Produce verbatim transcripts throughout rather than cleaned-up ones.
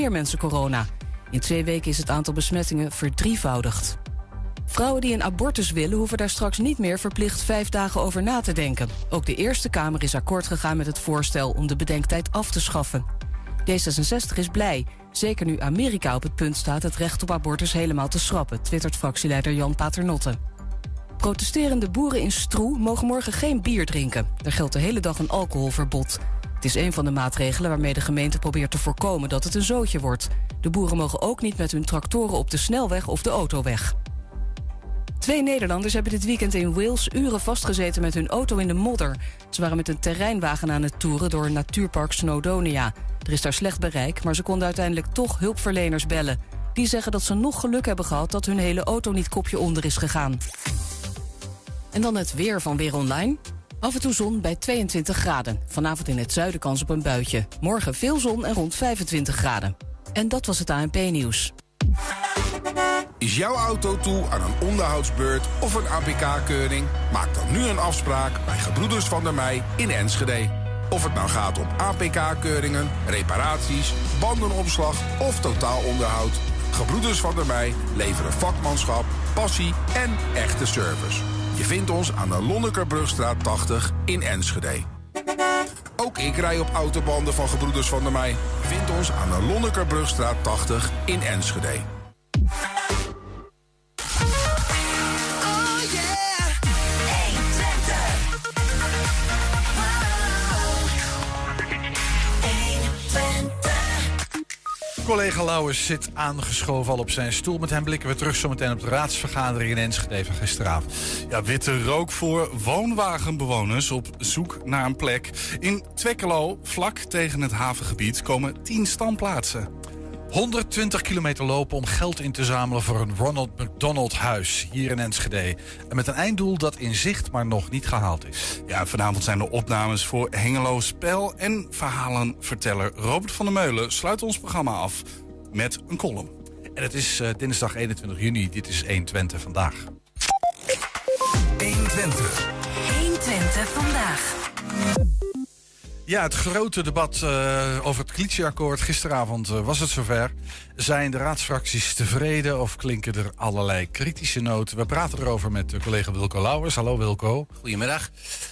meer mensen corona. In twee weken is het aantal besmettingen verdrievoudigd. Vrouwen die een abortus willen hoeven daar straks niet meer verplicht vijf dagen over na te denken. Ook de Eerste Kamer is akkoord gegaan met het voorstel om de bedenktijd af te schaffen. D zesenzestig is blij, zeker nu Amerika op het punt staat het recht op abortus helemaal te schrappen, twittert fractieleider Jan Paternotte. Protesterende boeren in Stroe mogen morgen geen bier drinken. Er geldt de hele dag een alcoholverbod. Het is een van de maatregelen waarmee de gemeente probeert te voorkomen dat het een zootje wordt. De boeren mogen ook niet met hun tractoren op de snelweg of de autoweg. Twee Nederlanders hebben dit weekend in Wales uren vastgezeten met hun auto in de modder. Ze waren met een terreinwagen aan het toeren door natuurpark Snowdonia. Er is daar slecht bereik, maar ze konden uiteindelijk toch hulpverleners bellen. Die zeggen dat ze nog geluk hebben gehad dat hun hele auto niet kopje onder is gegaan. En dan het weer van Weer Online. Af en toe zon bij tweeëntwintig graden. Vanavond in het zuiden kans op een buitje. Morgen veel zon en rond vijfentwintig graden. En dat was het A N P-nieuws. Is jouw auto toe aan een onderhoudsbeurt of een A P K-keuring? Maak dan nu een afspraak bij Gebroeders van der Meij in Enschede. Of het nou gaat om A P K-keuringen, reparaties, bandenopslag of totaalonderhoud. Gebroeders van der Meij leveren vakmanschap, passie en echte service. Je vindt ons aan de Lonnekerbrugstraat tachtig in Enschede. Ook ik rij op autobanden van Gebroeders van der Meij. Je vindt ons aan de Lonnekerbrugstraat tachtig in Enschede. Collega Lauwers zit aangeschoven al op zijn stoel. Met hem blikken we terug zometeen op de raadsvergadering in Enschede van gisteravond. Ja, witte rook voor woonwagenbewoners op zoek naar een plek. In Twekkelo, vlak tegen het havengebied, komen tien standplaatsen. honderdtwintig kilometer lopen om geld in te zamelen voor een Ronald McDonald huis hier in Enschede. En met een einddoel dat in zicht maar nog niet gehaald is. Ja, vanavond zijn er opnames voor Hengelo Spel en verhalenverteller Robert van der Meulen sluit ons programma af met een column. En het is uh, dinsdag eenentwintig juni, dit is honderdtwintig vandaag. honderdtwintig. honderdtwintig vandaag. Ja, het grote debat uh, over het coalitieakkoord. Gisteravond uh, was het zover. Zijn de raadsfracties tevreden of klinken er allerlei kritische noten? We praten erover met uh, collega Wilco Lauwers. Hallo Wilco. Goedemiddag.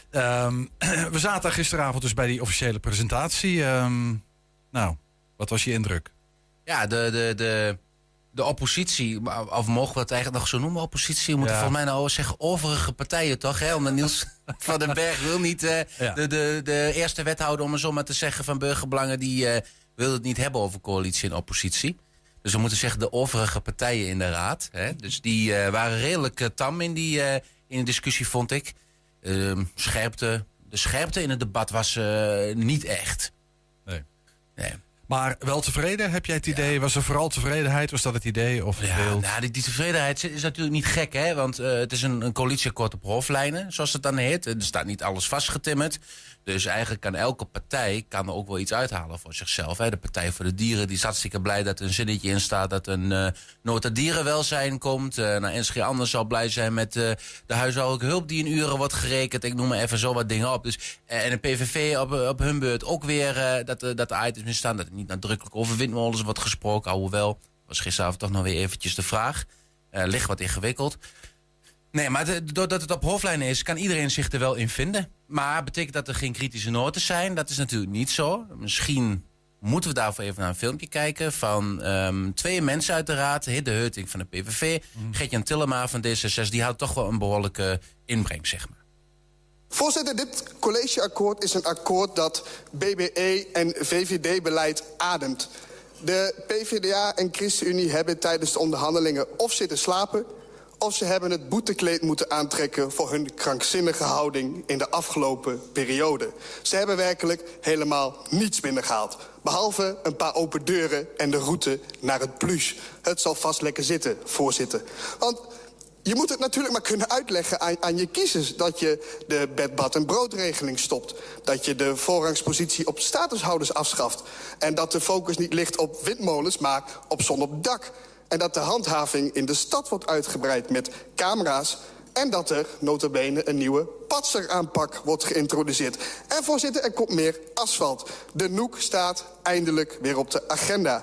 Um, we zaten gisteravond dus bij die officiële presentatie. Um, nou, wat was je indruk? Ja, de, de, de, de oppositie, of mogen we het eigenlijk nog zo noemen, oppositie? We moeten ja. volgens mij nou zeggen overige partijen toch, hè? Omdat Niels van den Berg wil niet uh, ja. de, de, de eerste wethouder, om het zo maar te zeggen, van Burgerbelangen, die uh, wil het niet hebben over coalitie en oppositie. Dus we moeten zeggen de overige partijen in de raad. Hè? Dus die uh, waren redelijk uh, tam in, die, uh, in de discussie, vond ik. Uh, scherpte, de scherpte in het debat was uh, niet echt. Nee. Nee. Maar wel tevreden, heb jij het idee? Ja. Was er vooral tevredenheid? Was dat het idee? Of ja, nou, die, die tevredenheid is natuurlijk niet gek, hè? Want uh, het is een, een coalitieakkoord op hoofdlijnen, zoals het dan heet. Er staat niet alles vastgetimmerd. Dus eigenlijk kan elke partij kan er ook wel iets uithalen voor zichzelf. Hè? De Partij voor de Dieren die is hartstikke blij dat er een zinnetje in staat dat een uh, nota dierenwelzijn komt. Uh, nou, N S G Anders zal blij zijn met uh, de huishoudelijke hulp die in uren wordt gerekend. Ik noem maar even zo wat dingen op. Dus, uh, en de P V V op, op hun beurt ook weer uh, dat, uh, dat de items in staan. Dat er niet nadrukkelijk over windmolens wordt gesproken. Alhoewel, was gisteravond toch nog weer eventjes de vraag. Uh, ligt wat ingewikkeld. Nee, maar de, doordat het op hoofdlijnen is, kan iedereen zich er wel in vinden. Maar betekent dat er geen kritische noten zijn? Dat is natuurlijk niet zo. Misschien moeten we daarvoor even naar een filmpje kijken van um, twee mensen uit de raad. Hidde Heuting van de P V V, mm. Gert-Jan Tillema van D zesenzestig. Die houdt toch wel een behoorlijke inbreng, zeg maar. Voorzitter, dit collegeakkoord is een akkoord dat B B E en V V D-beleid ademt. De P V D A en ChristenUnie hebben tijdens de onderhandelingen of zitten slapen, of ze hebben het boetekleed moeten aantrekken voor hun krankzinnige houding in de afgelopen periode. Ze hebben werkelijk helemaal niets binnengehaald. Behalve een paar open deuren en de route naar het plus. Het zal vast lekker zitten, voorzitter. Want je moet het natuurlijk maar kunnen uitleggen aan, aan je kiezers dat je de bed, bad en broodregeling stopt. Dat je de voorrangspositie op statushouders afschaft. En dat de focus niet ligt op windmolens, maar op zon op dak. En dat de handhaving in de stad wordt uitgebreid met camera's. En dat er, nota bene, een nieuwe patseraanpak wordt geïntroduceerd. En voorzitter, er komt meer asfalt. De Noek staat eindelijk weer op de agenda.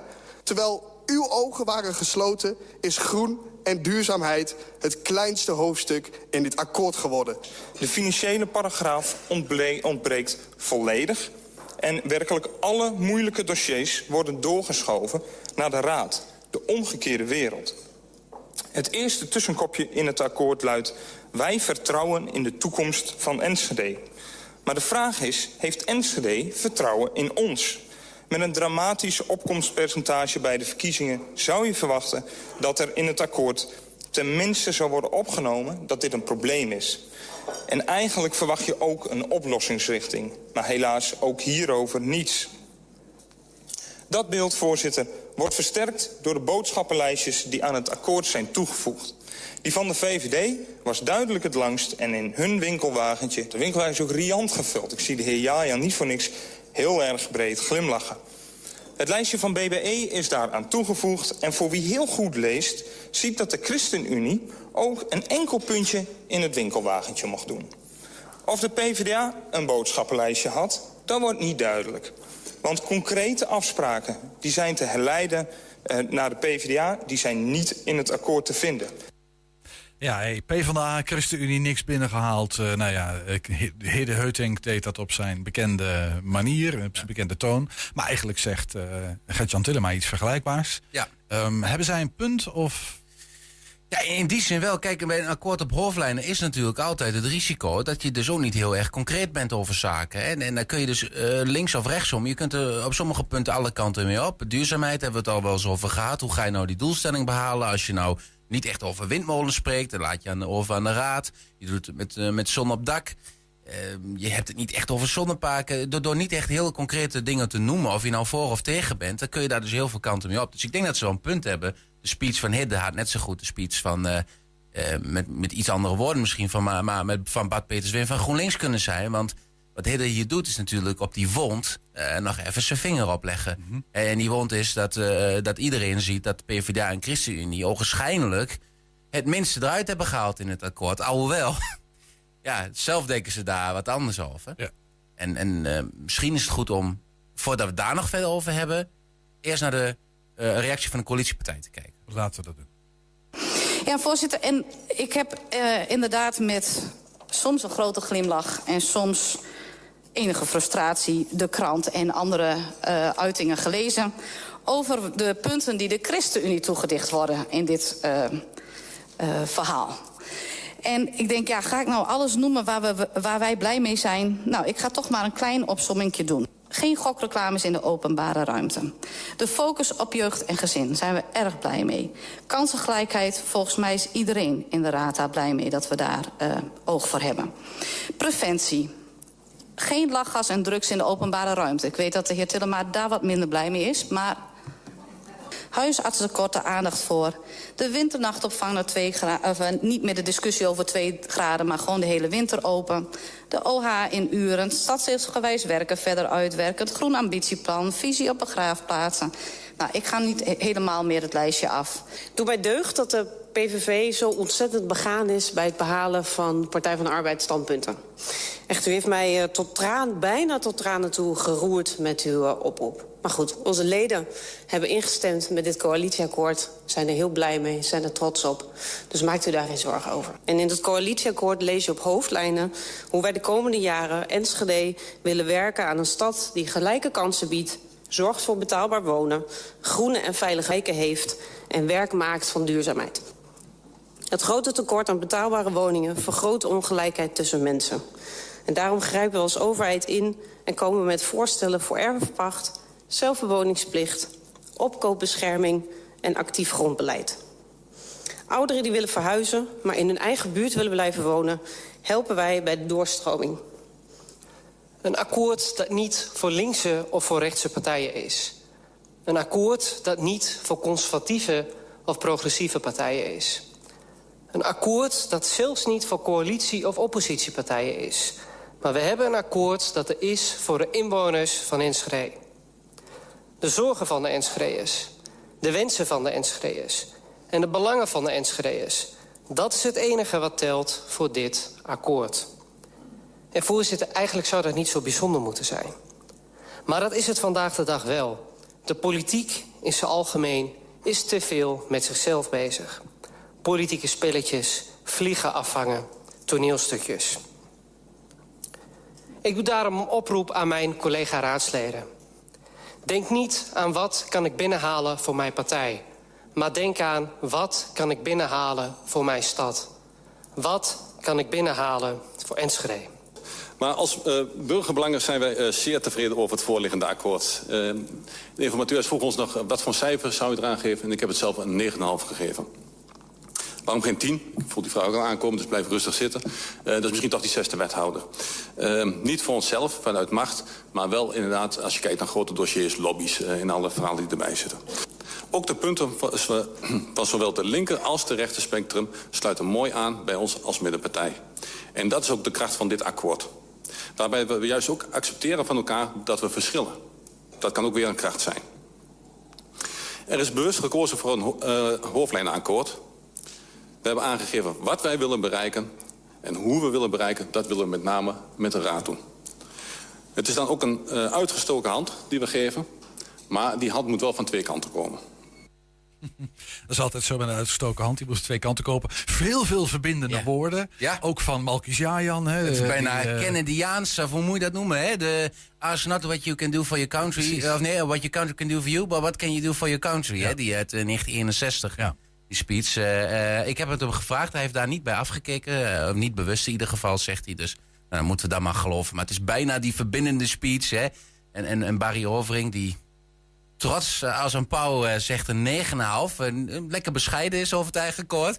Terwijl uw ogen waren gesloten, is groen en duurzaamheid het kleinste hoofdstuk in dit akkoord geworden. De financiële paragraaf ontbreekt volledig en werkelijk alle moeilijke dossiers worden doorgeschoven naar de Raad, de omgekeerde wereld. Het eerste tussenkopje in het akkoord luidt: wij vertrouwen in de toekomst van Enschede. Maar de vraag is, heeft Enschede vertrouwen in ons? Met een dramatisch opkomstpercentage bij de verkiezingen zou je verwachten dat er in het akkoord tenminste zou worden opgenomen dat dit een probleem is. En eigenlijk verwacht je ook een oplossingsrichting. Maar helaas ook hierover niets. Dat beeld, voorzitter, wordt versterkt door de boodschappenlijstjes die aan het akkoord zijn toegevoegd. Die van de V V D was duidelijk het langst en in hun winkelwagentje... de winkelwagen is ook riant gevuld. Ik zie de heer Jaja niet voor niks heel erg breed glimlachen. Het lijstje van B B E is daaraan toegevoegd. En voor wie heel goed leest, ziet dat de ChristenUnie ook een enkel puntje in het winkelwagentje mocht doen. Of de P v d A een boodschappenlijstje had, dat wordt niet duidelijk. Want concrete afspraken die zijn te herleiden uh, naar de P v d A... die zijn niet in het akkoord te vinden. Ja, hey, PvdA, ChristenUnie, niks binnengehaald. Uh, nou ja, Hidde Heutink deed dat op zijn bekende manier, op zijn bekende toon. Maar eigenlijk zegt uh, Gert-Jan Tillema iets vergelijkbaars. Ja. Um, hebben zij een punt of... Ja, in die zin wel. Kijk, bij een akkoord op hoofdlijnen is natuurlijk altijd het risico dat je dus ook niet heel erg concreet bent over zaken. En, en dan kun je dus uh, links of rechtsom, je kunt er op sommige punten alle kanten mee op. Duurzaamheid hebben we het al wel eens over gehad. Hoe ga je nou die doelstelling behalen als je nou niet echt over windmolens spreekt? Dan laat je aan de, over aan de raad. Je doet het met, uh, met zon op dak. Uh, je hebt het niet echt over zonneparken. Door, door niet echt heel concrete dingen te noemen, of je nou voor of tegen bent, dan kun je daar dus heel veel kanten mee op. Dus ik denk dat ze wel een punt hebben. De speech van Hidde had net zo goed de speech van, uh, uh, met, met iets andere woorden misschien, van, maar, maar met, van Bart Peterswin van GroenLinks kunnen zijn. Want wat Hidde hier doet is natuurlijk op die wond uh, nog even zijn vinger opleggen. Mm-hmm. En die wond is dat, uh, dat iedereen ziet dat P v d A en ChristenUnie ogenschijnlijk het minste eruit hebben gehaald in het akkoord. Alhoewel, ja, zelf denken ze daar wat anders over. Ja. En, en uh, misschien is het goed om, voordat we daar nog verder over hebben, eerst naar de uh, reactie van de coalitiepartij te kijken. Laten we dat doen. Ja, voorzitter, en ik heb uh, inderdaad met soms een grote glimlach en soms enige frustratie de krant en andere uh, uitingen gelezen over de punten die de ChristenUnie toegedicht worden in dit uh, uh, verhaal. En ik denk, ja, ga ik nou alles noemen waar, we, waar wij blij mee zijn? Nou, ik ga toch maar een klein opsommingje doen. Geen gokreclames in de openbare ruimte. De focus op jeugd en gezin zijn we erg blij mee. Kansengelijkheid, volgens mij is iedereen in de Raad daar blij mee dat we daar uh, oog voor hebben. Preventie. Geen lachgas en drugs in de openbare ruimte. Ik weet dat de heer Tillema daar wat minder blij mee is, maar huisartsen korte aandacht voor. De winternachtopvang naar twee graden, of, uh, niet meer de discussie over twee graden, maar gewoon de hele winter open. De O H in uren, stadsdeelsgewijs werken verder uitwerken, het groen ambitieplan, visie op begraafplaatsen. Nou, ik ga niet he- helemaal meer het lijstje af. Doe mij deugd dat de P V V zo ontzettend begaan is bij het behalen van Partij van de Arbeid standpunten. Echt, u heeft mij uh, tot traan, bijna tot tranen toe geroerd met uw uh, oproep. Maar goed, onze leden hebben ingestemd met dit coalitieakkoord, zijn er heel blij mee, zijn er trots op. Dus maakt u daar geen zorgen over. En in het coalitieakkoord lees je op hoofdlijnen hoe wij de komende jaren Enschede willen werken aan een stad die gelijke kansen biedt, zorgt voor betaalbaar wonen, groene en veilige wijken heeft en werk maakt van duurzaamheid. Het grote tekort aan betaalbare woningen vergroot de ongelijkheid tussen mensen. En daarom grijpen we als overheid in en komen we met voorstellen voor erfpacht, zelfbewoningsplicht, opkoopbescherming en actief grondbeleid. Ouderen die willen verhuizen, maar in hun eigen buurt willen blijven wonen, helpen wij bij de doorstroming. Een akkoord dat niet voor linkse of voor rechtse partijen is. Een akkoord dat niet voor conservatieve of progressieve partijen is. Een akkoord dat zelfs niet voor coalitie- of oppositiepartijen is. Maar we hebben een akkoord dat er is voor de inwoners van Enschede. De zorgen van de Enschedeërs, de wensen van de Enschedeërs en de belangen van de Enschedeërs. Dat is het enige wat telt voor dit akkoord. En voorzitter, eigenlijk zou dat niet zo bijzonder moeten zijn. Maar dat is het vandaag de dag wel. De politiek in zijn algemeen is te veel met zichzelf bezig. Politieke spelletjes, vliegen afvangen, toneelstukjes. Ik doe daarom een oproep aan mijn collega-raadsleden. Denk niet aan wat kan ik binnenhalen voor mijn partij. Maar denk aan wat kan ik binnenhalen voor mijn stad. Wat kan ik binnenhalen voor Enschede. Maar als uh, burgerbelangen zijn wij uh, zeer tevreden over het voorliggende akkoord. Uh, de informateur vroeg ons nog, uh, wat voor cijfer zou u eraan geven? En ik heb het zelf een negen komma vijf gegeven. Waarom geen tien? Ik voel die vraag ook al aankomen, dus blijf rustig zitten. Uh, dat is misschien toch die zesde wethouder. Uh, niet voor onszelf, vanuit macht, maar wel inderdaad, als je kijkt naar grote dossiers, lobby's, uh, in alle verhalen die erbij zitten. Ook de punten van, van zowel de linker als de rechter spectrum sluiten mooi aan bij ons als middenpartij. En dat is ook de kracht van dit akkoord. Waarbij we juist ook accepteren van elkaar dat we verschillen. Dat kan ook weer een kracht zijn. Er is bewust gekozen voor een uh, hoofdlijnenakkoord. We hebben aangegeven wat wij willen bereiken en hoe we willen bereiken. Dat willen we met name met de Raad doen. Het is dan ook een uh, uitgestoken hand die we geven. Maar die hand moet wel van twee kanten komen. Dat is altijd zo met een uitgestoken hand. Die moest twee kanten kopen. Veel, veel verbindende ja. woorden. Ja. Ook van Malkies-Jajan. Het is bijna die, uh... Kennedyaans, of hoe moet je dat noemen? Hè? De ask not what you can do for your country. Precies. Of nee, what your country can do for you, but what can you do for your country? Ja. Hè? Die uit uh, negentien eenenzestig. Ja. Die speech. Uh, uh, ik heb het hem gevraagd. Hij heeft daar niet bij afgekeken. Uh, niet bewust in ieder geval, zegt hij. Dus nou, dan moeten we dat maar geloven. Maar het is bijna die verbindende speech. Hè? En, en, en Barry Overing, die trots als een pauw uh, zegt een negen komma vijf. Uh, lekker bescheiden is over het eigen akkoord.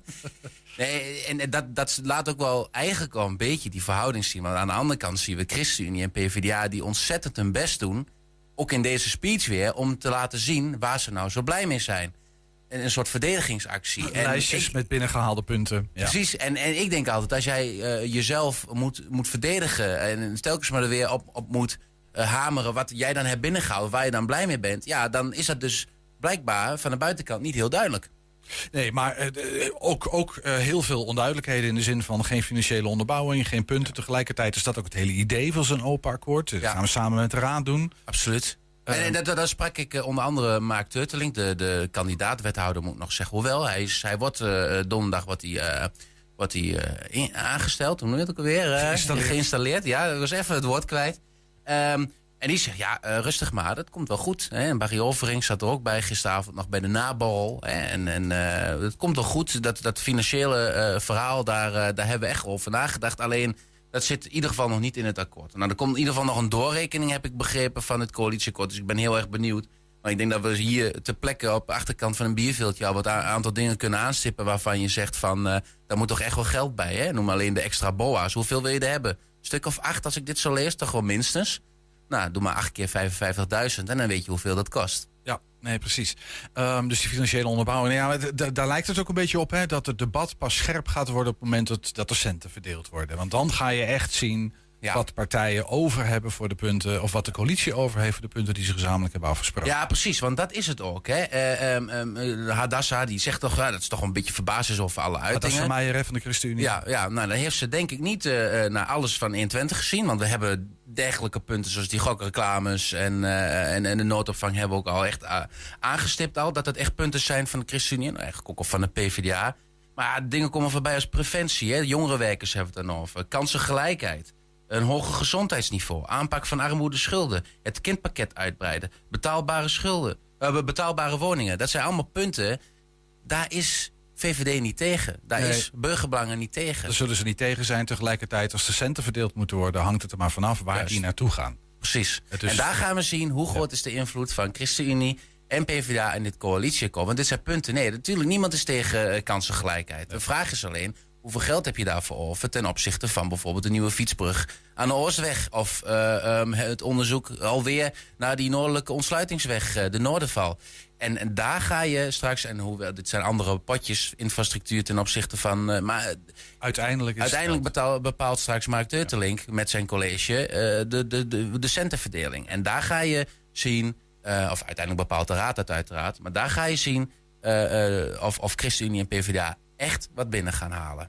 Nee, en dat, dat laat ook wel eigenlijk wel een beetje die verhouding zien. Want aan de andere kant zien we ChristenUnie en PvdA die ontzettend hun best doen. Ook in deze speech weer. Om te laten zien waar ze nou zo blij mee zijn. Een soort verdedigingsactie. En lijstjes ik, met binnengehaalde punten. Ja. Precies. En, en ik denk altijd, als jij uh, jezelf moet, moet verdedigen. En telkens maar er weer op, op moet uh, hameren wat jij dan hebt binnengehouden. Waar je dan blij mee bent. Ja, dan is dat dus blijkbaar van de buitenkant niet heel duidelijk. Nee, maar uh, ook, ook uh, heel veel onduidelijkheden in de zin van geen financiële onderbouwing, geen punten. Tegelijkertijd is dat ook het hele idee van zo'n open akkoord. Dat ja. gaan we samen met de Raad doen. Absoluut. Uh, en daar sprak ik uh, onder andere Mark Teuteling, de, de kandidaat-wethouder, moet ik nog zeggen. Hoewel, hij, is, hij wordt uh, donderdag wordt hij, uh, wordt hij, uh, in, aangesteld, hoe noem je het ook alweer? Uh, geïnstalleerd. geïnstalleerd. Ja, dat was even het woord kwijt. Um, en die zegt, ja, uh, rustig maar, dat komt wel goed. Hè. En Barry Overing zat er ook bij gisteravond nog bij de naborrel. Hè. En, en uh, het komt wel goed, dat, dat financiële uh, verhaal, daar, uh, daar hebben we echt over nagedacht. Alleen, dat zit in ieder geval nog niet in het akkoord. Nou, er komt in ieder geval nog een doorrekening, heb ik begrepen, van het coalitieakkoord. Dus ik ben heel erg benieuwd. Maar ik denk dat we hier ter plekke op de achterkant van een bierveeltje al wat a- aantal dingen kunnen aanstippen waarvan je zegt van, uh, daar moet toch echt wel geld bij, hè? Noem alleen de extra B O A's. Hoeveel wil je er hebben? Een stuk of acht, als ik dit zo lees, toch wel minstens. Nou, doe maar acht keer vijfenvijftigduizend en dan weet je hoeveel dat kost. Ja, nee, precies. Um, dus die financiële onderbouwing. Ja, d- d- daar lijkt het ook een beetje op, hè, dat het debat pas scherp gaat worden op het moment dat, dat er centen verdeeld worden. Want dan ga je echt zien ja. wat partijen over hebben voor de punten, of wat de coalitie over heeft voor de punten die ze gezamenlijk hebben afgesproken. Ja, precies, want dat is het ook. Hè. Uh, um, um, Hadassa, die zegt toch, uh, dat is toch een beetje verbaasd over alle uitingen. Hadassa Meijer van de ChristenUnie. Ja, ja, nou, dan heeft ze denk ik niet uh, naar alles van eenentwintig gezien, want we hebben dergelijke punten zoals die gokreclames en, uh, en, en de noodopvang hebben we ook al echt uh, aangestipt al, dat het echt punten zijn van de ChristenUnie, nou, eigenlijk ook al van de PvdA. Maar dingen komen voorbij als preventie, hè. Jongerenwerkers hebben het dan over, kansengelijkheid. Een hoger gezondheidsniveau, aanpak van armoede schulden, het kindpakket uitbreiden, betaalbare schulden, uh, betaalbare woningen. Dat zijn allemaal punten, daar is V V D niet tegen. Daar nee. is burgerbelangen niet tegen. Daar zullen ze niet tegen zijn. Tegelijkertijd, als de centen verdeeld moeten worden, hangt het er maar vanaf waar Juist. die naartoe gaan. Precies. Dus, en daar gaan we zien hoe groot ja. is de invloed van ChristenUnie en PvdA in dit coalitieakkoord. Want dit zijn punten. Nee, natuurlijk, niemand is tegen uh, kansengelijkheid. De vraag is alleen, hoeveel geld heb je daarvoor over ten opzichte van bijvoorbeeld de nieuwe fietsbrug aan de Oostweg? Of uh, um, het onderzoek alweer naar die noordelijke ontsluitingsweg, uh, de Noorderval. En, en daar ga je straks, en hoewel dit zijn andere potjes, infrastructuur ten opzichte van. Uh, maar uiteindelijk is uiteindelijk betaal, bepaalt straks Mark Teuteling ja. met zijn college uh, de, de, de, de centenverdeling. En daar ga je zien, uh, of uiteindelijk bepaalt de Raad dat uiteraard, maar daar ga je zien uh, uh, of, of ChristenUnie en PvdA echt wat binnen gaan halen. Ja.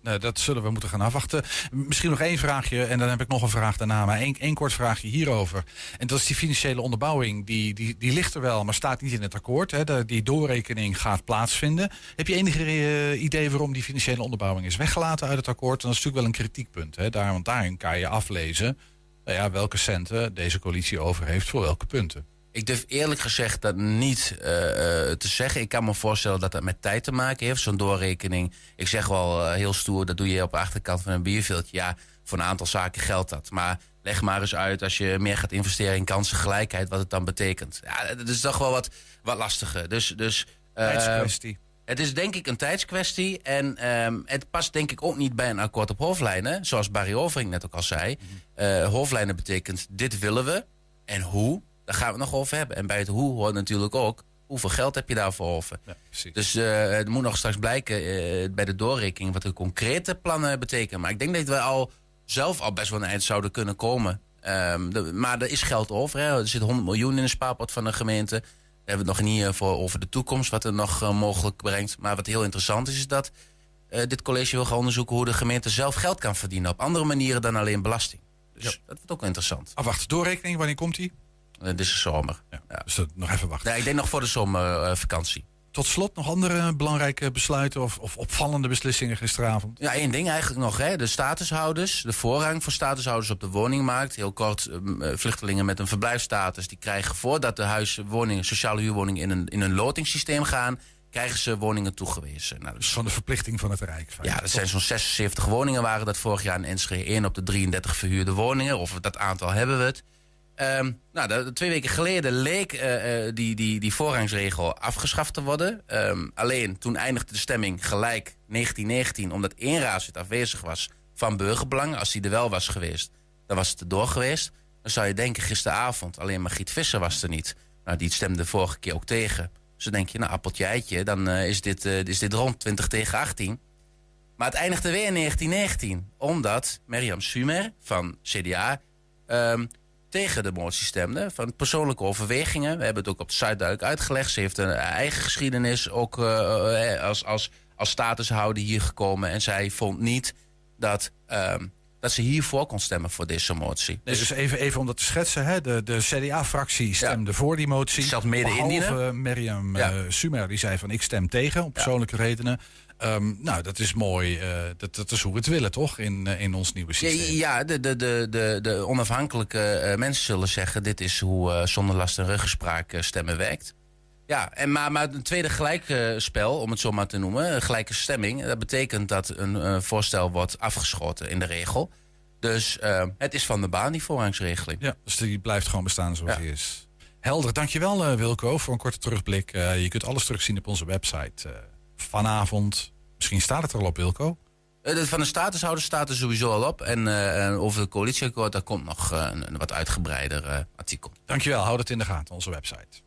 Uh, dat zullen we moeten gaan afwachten. Misschien nog één vraagje en dan heb ik nog een vraag daarna. Maar één, één kort vraagje hierover. En dat is die financiële onderbouwing. Die, die, die ligt er wel, maar staat niet in het akkoord. Hè. De, die doorrekening gaat plaatsvinden. Heb je enige uh, idee waarom die financiële onderbouwing is weggelaten uit het akkoord? En dat is natuurlijk wel een kritiekpunt. Hè. Daar, want daarin kan je aflezen nou ja, welke centen deze coalitie over heeft voor welke punten. Ik durf eerlijk gezegd dat niet uh, te zeggen. Ik kan me voorstellen dat dat met tijd te maken heeft. Zo'n doorrekening. Ik zeg wel uh, heel stoer, dat doe je op de achterkant van een bierveeltje. Ja, voor een aantal zaken geldt dat. Maar leg maar eens uit als je meer gaat investeren in kansengelijkheid, wat het dan betekent. Ja, dat is toch wel wat, wat lastiger. Dus, dus, uh, tijdskwestie. Het is denk ik een tijdskwestie. En um, het past denk ik ook niet bij een akkoord op hoofdlijnen. Zoals Barry Overing net ook al zei. Uh, hoofdlijnen betekent, dit willen we. En hoe? Daar gaan we het nog over hebben. En bij het hoe hoort natuurlijk ook, hoeveel geld heb je daarvoor over? Ja, dus uh, het moet nog straks blijken uh, bij de doorrekening wat de concrete plannen betekenen. Maar ik denk dat we al zelf al best wel een eind zouden kunnen komen. Um, de, maar er is geld over. Hè. Er zit honderd miljoen in de spaarpot van de gemeente. Daar hebben we het nog niet voor over de toekomst, wat er nog uh, mogelijk brengt. Maar wat heel interessant is, is dat uh, dit college wil gaan onderzoeken hoe de gemeente zelf geld kan verdienen. Op andere manieren dan alleen belasting. Dus ja. Dat wordt ook interessant. Afwacht, doorrekening, wanneer komt die? Uh, dit is de zomer. Ja, ja. Dus dat nog even wachten. Ja, ik denk nog voor de zomervakantie. Uh, Tot slot nog andere belangrijke besluiten of, of opvallende beslissingen gisteravond? Ja, één ding eigenlijk nog. Hè. De statushouders, de voorrang voor statushouders op de woningmarkt. Heel kort, uh, vluchtelingen met een verblijfsstatus, die krijgen voordat de huiswoningen, sociale huurwoningen in een, in een lotingssysteem gaan, krijgen ze woningen toegewezen. Nou, dus van de verplichting van het Rijk. Ja, dat toch? Zijn zo'n zesenzeventig woningen waren dat vorig jaar in Enschede. één op de drieëndertig verhuurde woningen. Of dat aantal hebben we het. Um, nou, de, de twee weken geleden leek uh, uh, die, die, die voorrangsregel afgeschaft te worden. Um, alleen toen eindigde de stemming gelijk negentien negentien... omdat één raadslid afwezig was van burgerbelangen. Als die er wel was geweest, dan was het erdoor geweest. Dan zou je denken gisteravond, alleen Margriet Visser was er niet. Nou, die stemde de vorige keer ook tegen. Dus dan denk je, nou, appeltje eitje, dan uh, is, dit, uh, is dit rond twintig tegen achttien. Maar het eindigde weer in negentien negentien. Omdat Mirjam Sumer van C D A Um, tegen de motie stemde, van persoonlijke overwegingen. We hebben het ook op de site duidelijk uitgelegd. Ze heeft een eigen geschiedenis ook uh, als, als, als statushouder hier gekomen. En zij vond niet dat, um, dat ze hiervoor kon stemmen voor deze motie. Nee, dus even, even om dat te schetsen. Hè. De, de C D A-fractie stemde ja. voor die motie. Zelfs mede indienen. Mirjam ja. uh, Sumer die zei van ik stem tegen op persoonlijke ja. redenen. Um, nou, dat is mooi. Uh, dat, dat is hoe we het willen, toch? In, uh, in ons nieuwe systeem. Ja, de, de, de, de, de onafhankelijke uh, mensen zullen zeggen, dit is hoe uh, zonder last en ruggespraak uh, stemmen werkt. Ja, en maar, maar een tweede gelijkspel, om het zo maar te noemen, gelijke stemming, dat betekent dat een uh, voorstel wordt afgeschoten in de regel. Dus uh, het is van de baan, die voorrangsregeling. Ja, dus die blijft gewoon bestaan zoals ja. die is. Helder, dankjewel uh, Wilco voor een korte terugblik. Uh, je kunt alles terugzien op onze website. Uh, vanavond, misschien staat het er al op, Wilco? Uh, van de statushouder staat er sowieso al op. En uh, over de coalitieakkoord, daar komt nog uh, een, een wat uitgebreider uh, artikel. Dankjewel, houd het in de gaten, onze website.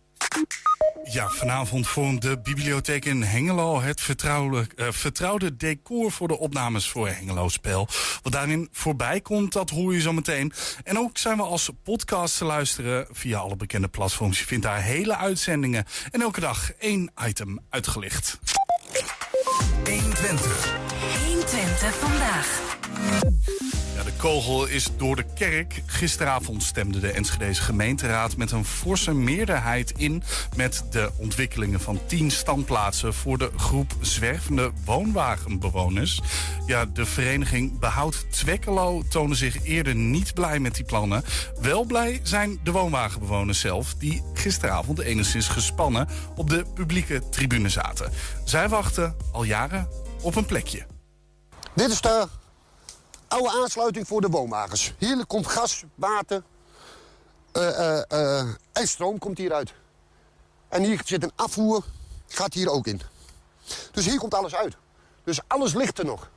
Ja, vanavond vormt de bibliotheek in Hengelo het vertrouwde, uh, vertrouwde decor voor de opnames voor Hengelo Spel. Wat daarin voorbij komt, dat hoor je zo meteen. En ook zijn we als podcast te luisteren via alle bekende platforms. Je vindt daar hele uitzendingen en elke dag één item uitgelicht. honderdtwintig. honderdtwintig vandaag. Ja, de kogel is door de kerk. Gisteravond stemde de Enschedese gemeenteraad met een forse meerderheid in met de ontwikkelingen van tien standplaatsen voor de groep zwervende woonwagenbewoners. Ja, de vereniging Behoud Twekkelo toonde zich eerder niet blij met die plannen. Wel blij zijn de woonwagenbewoners zelf, die gisteravond enigszins gespannen op de publieke tribune zaten. Zij wachten al jaren op een plekje. Dit is de oude aansluiting voor de woonwagens. Hier komt gas, water uh, uh, uh, en stroom komt hieruit. En hier zit een afvoer, gaat hier ook in. Dus hier komt alles uit. Dus alles ligt er nog.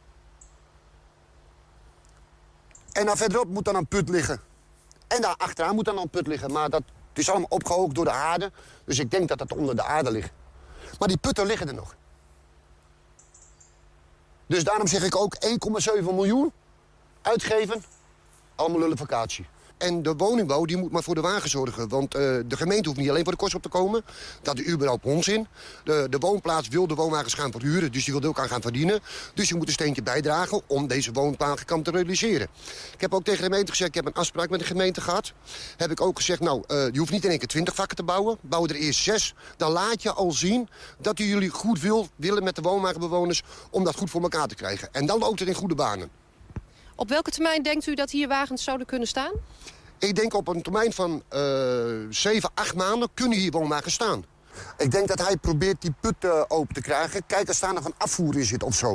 En daar verderop moet dan een put liggen. En daar achteraan moet dan een put liggen. Maar dat is allemaal opgehoopt door de aarde. Dus ik denk dat dat onder de aarde ligt. Maar die putten liggen er nog. Dus daarom zeg ik ook één komma zeven miljoen uitgeven. Allemaal lullen vakantie. En de woningbouw die moet maar voor de wagen zorgen. Want uh, de gemeente hoeft niet alleen voor de kost op te komen. Dat is überhaupt onzin. De, de woonplaats wil de woonwagens gaan verhuren. Dus die wil er ook aan gaan verdienen. Dus je moet een steentje bijdragen om deze woonwagenkant te realiseren. Ik heb ook tegen de gemeente gezegd, ik heb een afspraak met de gemeente gehad. Heb ik ook gezegd, nou, uh, je hoeft niet in één keer twintig vakken te bouwen. Bouw er eerst zes. Dan laat je al zien dat jullie goed wil, willen met de woonwagenbewoners om dat goed voor elkaar te krijgen. En dan loopt het in goede banen. Op welke termijn denkt u dat hier wagens zouden kunnen staan? Ik denk op een termijn van uh, zeven, acht maanden kunnen hier woonwagens staan. Ik denk dat hij probeert die put uh, open te krijgen. Kijk, er staan er van afvoer in zit of zo.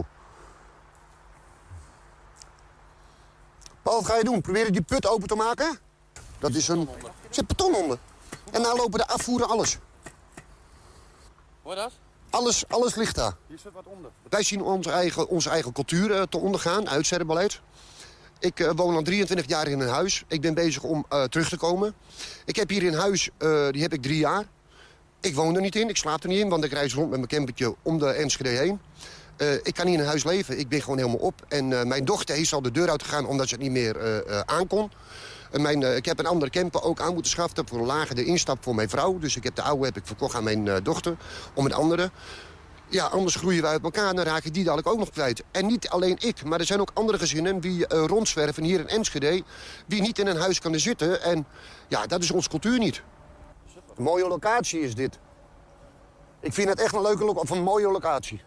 Paul, wat ga je doen? Probeer je die put open te maken? Dat is een... Er zit beton onder. En daar lopen de afvoeren alles. Hoor je dat? Alles, alles ligt daar. Hier zit wat onder. Wij zien onze eigen, onze eigen cultuur uh, te ondergaan, uitzettenbeleid. Ik uh, woon al drieëntwintig jaar in een huis. Ik ben bezig om uh, terug te komen. Ik heb hier een huis, uh, die heb ik drie jaar. Ik woon er niet in, ik slaap er niet in, want ik reis rond met mijn campertje om de Enschede heen. Uh, ik kan niet in een huis leven, ik ben gewoon helemaal op. En uh, mijn dochter is al de deur uitgegaan omdat ze het niet meer uh, uh, aankon. Uh, mijn, uh, ik heb een andere camper ook aan moeten schaffen voor een lagere instap voor mijn vrouw. Dus ik heb de oude heb ik verkocht aan mijn uh, dochter, om een andere. Ja, anders groeien wij uit elkaar en dan raak ik die dadelijk ook nog kwijt. En niet alleen ik, maar er zijn ook andere gezinnen die uh, rondzwerven hier in Enschede, die niet in een huis kunnen zitten. En ja, dat is onze cultuur niet. Een mooie locatie is dit. Ik vind het echt een leuke lo- of een mooie locatie.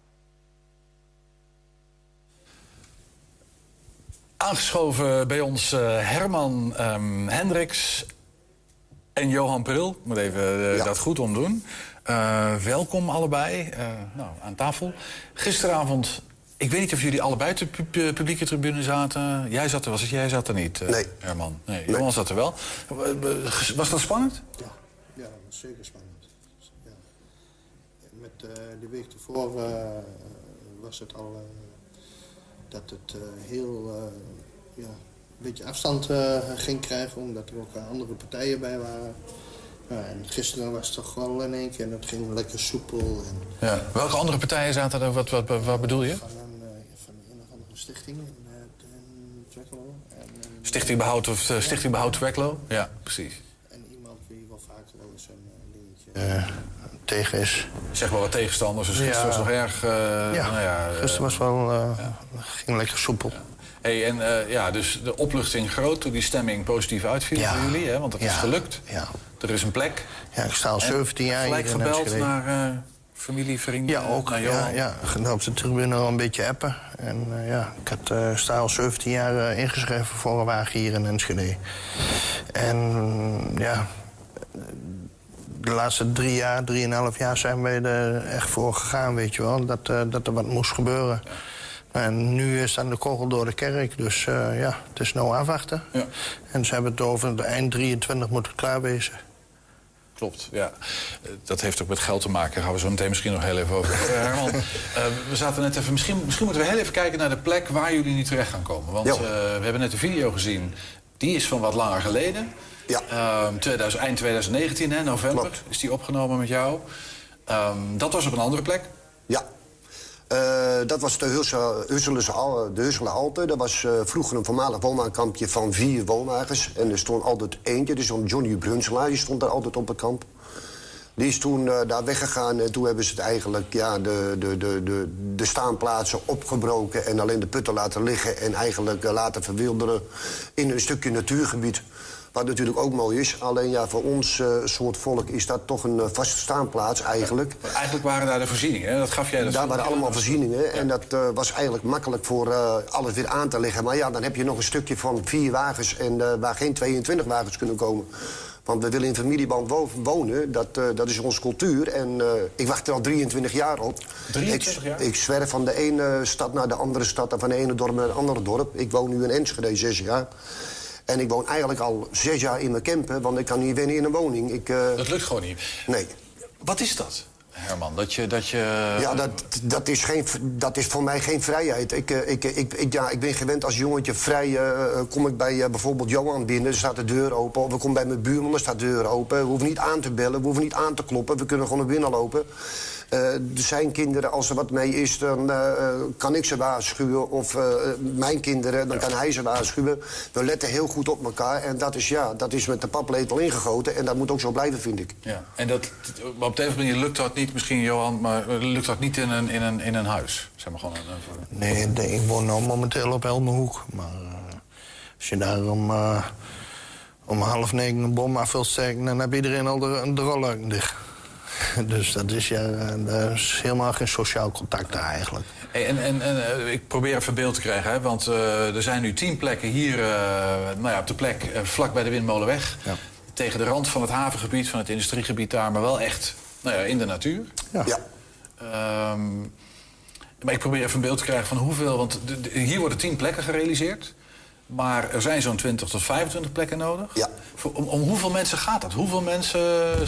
Aangeschoven bij ons uh, Herman um, Hendricks en Johan Pril. Ik moet even uh, ja. dat goed omdoen. Uh, welkom allebei uh, nou, aan tafel. Gisteravond, ik weet niet of jullie allebei op de pu- publieke tribune zaten. Jij zat er, was het jij zat er niet, uh, nee. Herman? Nee, nee. Johan zat er wel. Was dat spannend? Ja, ja dat was zeker spannend. Ja. Met uh, de week ervoor uh, was het al uh, dat het uh, heel uh, ja, een beetje afstand uh, ging krijgen, omdat er ook uh, andere partijen bij waren. Ja, en gisteren was het toch wel in één keer en het ging lekker soepel. En ja. Welke andere partijen zaten er? Wat, wat, wat, wat bedoel je? Van een, uh, van een of andere stichting in, uh, in Twekkelo. Stichting Behoud of uh, Stichting Behoud Twekkelo? Ja, precies. En iemand die wel vaker wel eens een uh, dingetje uh, tegen is. Zeg maar wat tegenstanders, dus gisteren ja. was nog erg... Uh, ja, nou ja uh, gisteren was wel... Uh, ja. ging lekker soepel. Ja. Hey, en uh, ja, dus de opluchting groot toen die stemming positief uitviel ja. voor jullie, hè? Want dat ja. is gelukt. Ja. Er is een plek. Ja, ik sta al zeventien jaar hier. Gelijk gebeld naar uh, familie, vrienden? Ja, ook. Naar ja, ja. Op de tribune al een beetje appen. En uh, ja, ik had, uh, sta al zeventien jaar uh, ingeschreven voor een wagen hier in Enschede. En uh, ja, de laatste drie jaar, drieënhalf jaar zijn wij er echt voor gegaan, weet je wel. Dat, uh, dat er wat moest gebeuren. Ja. En nu is dan de kogel door de kerk, dus uh, ja, het is nou afwachten. Ja. En ze hebben het over de eind drieëntwintig moet het klaar wezen. Klopt, ja. Dat heeft ook met geld te maken. Daar gaan we zo meteen misschien nog heel even over. Uh, Herman, uh, we zaten net even... Misschien, misschien moeten we heel even kijken naar de plek waar jullie nu terecht gaan komen. Want uh, we hebben net een video gezien. Die is van wat langer geleden. Ja. Uh, tweeduizend, eind twintig negentien, hè, november, Klopt. is die opgenomen met jou. Um, dat was op een andere plek. Ja. Uh, dat was de Hussele Halte. Dat was uh, vroeger een voormalig woonwagenkampje van vier woonwagens. En er stond altijd eentje, dus zo'n Johnny Brunselaar, die stond daar altijd op het kamp. Die is toen uh, daar weggegaan en toen hebben ze het eigenlijk, ja, de, de, de, de, de staanplaatsen opgebroken en alleen de putten laten liggen en eigenlijk uh, laten verwilderen in een stukje natuurgebied. Wat natuurlijk ook mooi is. Alleen ja, voor ons uh, soort volk is dat toch een uh, vaste staanplaats eigenlijk. Ja, eigenlijk waren daar de voorzieningen, hè? Dat gaf jij dat. Daar waren allemaal voorzieningen. Ja. En dat uh, was eigenlijk makkelijk voor uh, alles weer aan te leggen. Maar ja, dan heb je nog een stukje van vier wagens en uh, waar geen tweeëntwintig wagens kunnen komen. Want we willen in familieband wonen, dat, uh, dat is onze cultuur. En uh, ik wacht er al drieëntwintig jaar op. drieëntwintig jaar? Ik, ik zwerf van de ene stad naar de andere stad en van de ene dorp naar het andere dorp. Ik woon nu in Enschede zes jaar. En ik woon eigenlijk al zes jaar in mijn camper, want ik kan niet wennen in een woning. Ik, uh... Dat lukt gewoon niet. Nee. Wat is dat? Herman? Dat je... Dat je... Ja, dat, dat, is geen, dat is voor mij geen vrijheid. Ik, ik, ik, ik, ja, ik ben gewend als jongetje vrij. Uh, kom ik bij uh, bijvoorbeeld Johan binnen, er staat de deur open. Of ik kom bij mijn buurman, er staat de deur open. We hoeven niet aan te bellen, we hoeven niet aan te kloppen. We kunnen gewoon naar binnen lopen. Uh, er zijn kinderen, als er wat mee is, dan uh, kan ik ze waarschuwen. Of uh, mijn kinderen, dan kan hij ze waarschuwen. We letten heel goed op elkaar. En dat is, ja, dat is met de paplepel ingegoten. En dat moet ook zo blijven, vind ik. Ja. En dat, op de een manier lukt dat niet, misschien Johan, maar lukt dat niet in een, in een, in een huis? Zeg maar gewoon een, een... Nee, ik woon nou momenteel op Elmenhoek. Maar uh, als je daar om, uh, om half negen een bom af wilt steken, dan heb iedereen al de, de rolluiken dicht. Dus dat is, ja, dat is helemaal geen sociaal contact daar eigenlijk. Hey, en, en, en ik probeer even beeld te krijgen, hè, want uh, er zijn nu tien plekken hier, uh, nou ja, op de plek uh, vlak bij de Windmolenweg. Ja. Tegen de rand van het havengebied, van het industriegebied daar, maar wel echt nou ja, in de natuur. Ja. ja. Um, maar ik probeer even een beeld te krijgen van hoeveel, want de, de, hier worden tien plekken gerealiseerd. Maar er zijn zo'n twintig tot vijfentwintig plekken nodig. Ja. Voor, om, om hoeveel mensen gaat dat? Hoeveel mensen,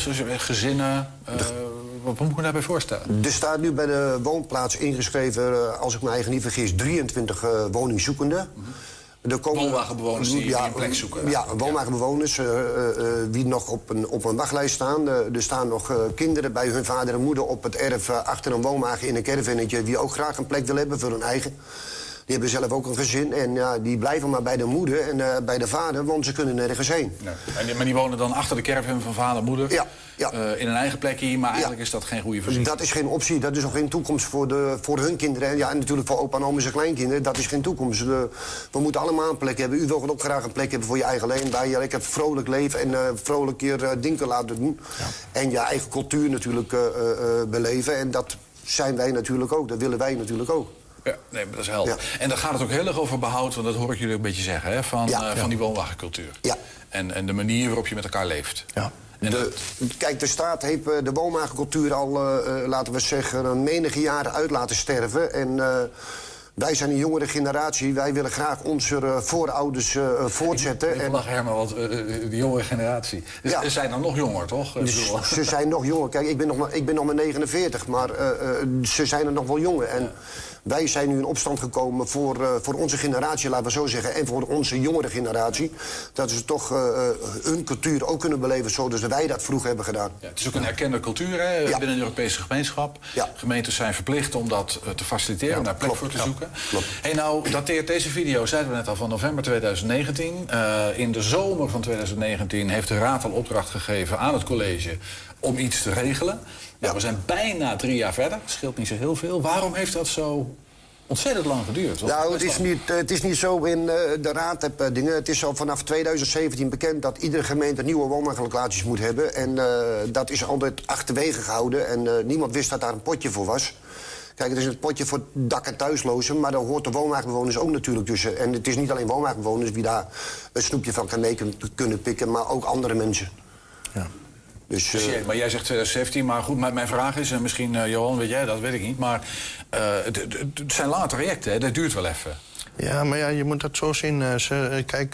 gezinnen, uh, wat moet ik me daarbij voorstellen? Er staat nu bij de woonplaats ingeschreven, uh, als ik me eigen niet vergis, drieëntwintig uh, woningzoekenden. Mm-hmm. Er komen woonwagenbewoners die, ja, die een plek zoeken. Ja, woonwagenbewoners uh, uh, die nog op een, op een wachtlijst staan. Uh, er staan nog uh, kinderen bij hun vader en moeder op het erf uh, achter een woonwagen in een caravannetje die ook graag een plek willen hebben voor hun eigen. Die hebben zelf ook een gezin en uh, die blijven maar bij de moeder en uh, bij de vader, want ze kunnen nergens heen. Nee. En die, maar die wonen dan achter de caravan van vader en moeder? Ja. ja. Uh, in een eigen plekje, maar eigenlijk ja. is dat geen goede voorziening? Dat is geen optie, dat is ook geen toekomst voor, de, voor hun kinderen. En, ja, en natuurlijk voor opa en oma en zijn kleinkinderen, dat is geen toekomst. Uh, we moeten allemaal een plek hebben. U wil ook graag een plek hebben voor je eigen leven. Waar je lekker vrolijk leven en uh, vrolijk keer uh, dingen laten doen. Ja. En je eigen cultuur natuurlijk uh, uh, beleven. En dat zijn wij natuurlijk ook, dat willen wij natuurlijk ook. Ja, nee, maar dat is helder. Ja. En dan gaat het ook heel erg over behoud, want dat hoor ik jullie een beetje zeggen, hè, van, ja, uh, van ja. die woonwagencultuur. Ja. En, en de manier waarop je met elkaar leeft. Ja. En de, dat... Kijk, de staat heeft uh, de woonwagencultuur al, uh, laten we zeggen, een menige jaren uit laten sterven. En uh, wij zijn een jongere generatie. Wij willen graag onze uh, voorouders uh, voortzetten. Ik, ik lach, Herman, want uh, de jongere generatie. Dus ja. Ze zijn dan nog jonger, toch? Dus, ze zijn nog jonger. Kijk, ik ben nog maar, ik ben nog maar negenenveertig, maar uh, uh, ze zijn er nog wel jonger. En ja. wij zijn nu in opstand gekomen voor, uh, voor onze generatie, laten we zo zeggen. En voor onze jongere generatie. Dat ze toch uh, hun cultuur ook kunnen beleven zoals wij dat vroeger hebben gedaan. Ja, het is ook een erkende cultuur, hè, ja. binnen de Europese gemeenschap. Ja. Gemeentes zijn verplicht om dat uh, te faciliteren, ja, om daar plek klopt, voor te ja. zoeken. Klopt. Hey, nou, dateert deze video, zeiden we net al, van november tweeduizend negentien. Uh, in de zomer van tweeduizend negentien heeft de Raad al opdracht gegeven aan het college om iets te regelen. Nou, we zijn bijna drie jaar verder, scheelt niet zo heel veel. Waarom heeft dat zo ontzettend lang geduurd? Nou, het is, niet, het is niet zo in uh, de Raad heb uh, dingen. Het is al vanaf tweeduizend zeventien bekend dat iedere gemeente nieuwe woonwagenlocaties moet hebben. En uh, dat is altijd achterwege gehouden. En uh, niemand wist dat daar een potje voor was. Kijk, het is een potje voor dak- en thuislozen, maar daar hoort de woonwagenbewoners ook natuurlijk tussen. En het is niet alleen woonwagenbewoners die daar een snoepje van kan mee kunnen pikken, maar ook andere mensen. Ja. Dus, uh, maar jij zegt tweeduizend zeventien, maar goed, mijn vraag is, en misschien uh, Johan, weet jij dat, weet ik niet, maar uh, het, het zijn lange trajecten, hè? Dat duurt wel even. Ja, maar ja, je moet dat zo zien. Uh, ze, kijk,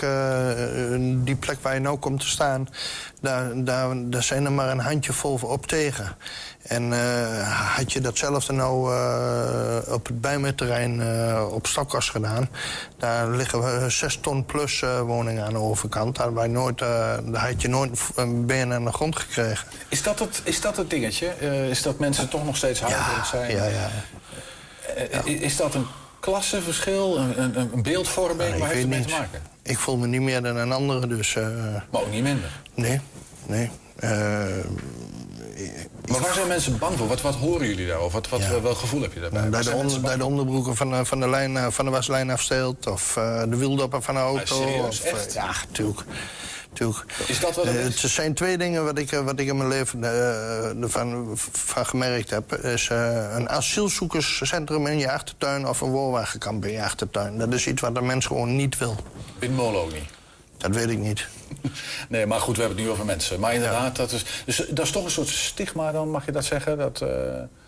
uh, die plek waar je nou komt te staan, daar, daar, daar zijn er maar een handjevol op tegen. En uh, had je datzelfde nou uh, op het Bijmeerterrein uh, op Stokkas gedaan, daar liggen we zes ton plus uh, woningen aan de overkant. Daar, wij nooit, uh, daar had je nooit een been aan de grond gekregen. Is dat het, is dat het dingetje? Uh, is dat mensen toch nog steeds huiverig ja, zijn? Ja, ja. Uh, ja. Is dat een klassenverschil, een, een, een beeldvorming? Ja, waar heeft het mee te maken? Ik voel me niet meer dan een andere, dus... Uh, maar ook niet minder? Nee, nee. Uh, maar waar zijn mensen bang voor? Wat, wat horen jullie daarover? Wat, wat, ja. Welk gevoel heb je daarbij? Bij de, onder, bij de onderbroeken van, van, de lijn, van de waslijn afsteelt, of uh, de wieldoppen van de auto. Ah, serieus, of, echt? Ja, natuurlijk. Is dat wat het is? Uh, er zijn twee dingen wat ik, wat ik in mijn leven uh, ervan van gemerkt heb. Is uh, een asielzoekerscentrum in je achtertuin of een woonwagenkamp in je achtertuin. Dat is iets wat de mens gewoon niet wil. Windmolen ook niet? Dat weet ik niet. Nee, maar goed, we hebben het nu over mensen. Maar inderdaad, ja. dat is, dus dat is toch een soort stigma dan, mag je dat zeggen? Dat... Uh...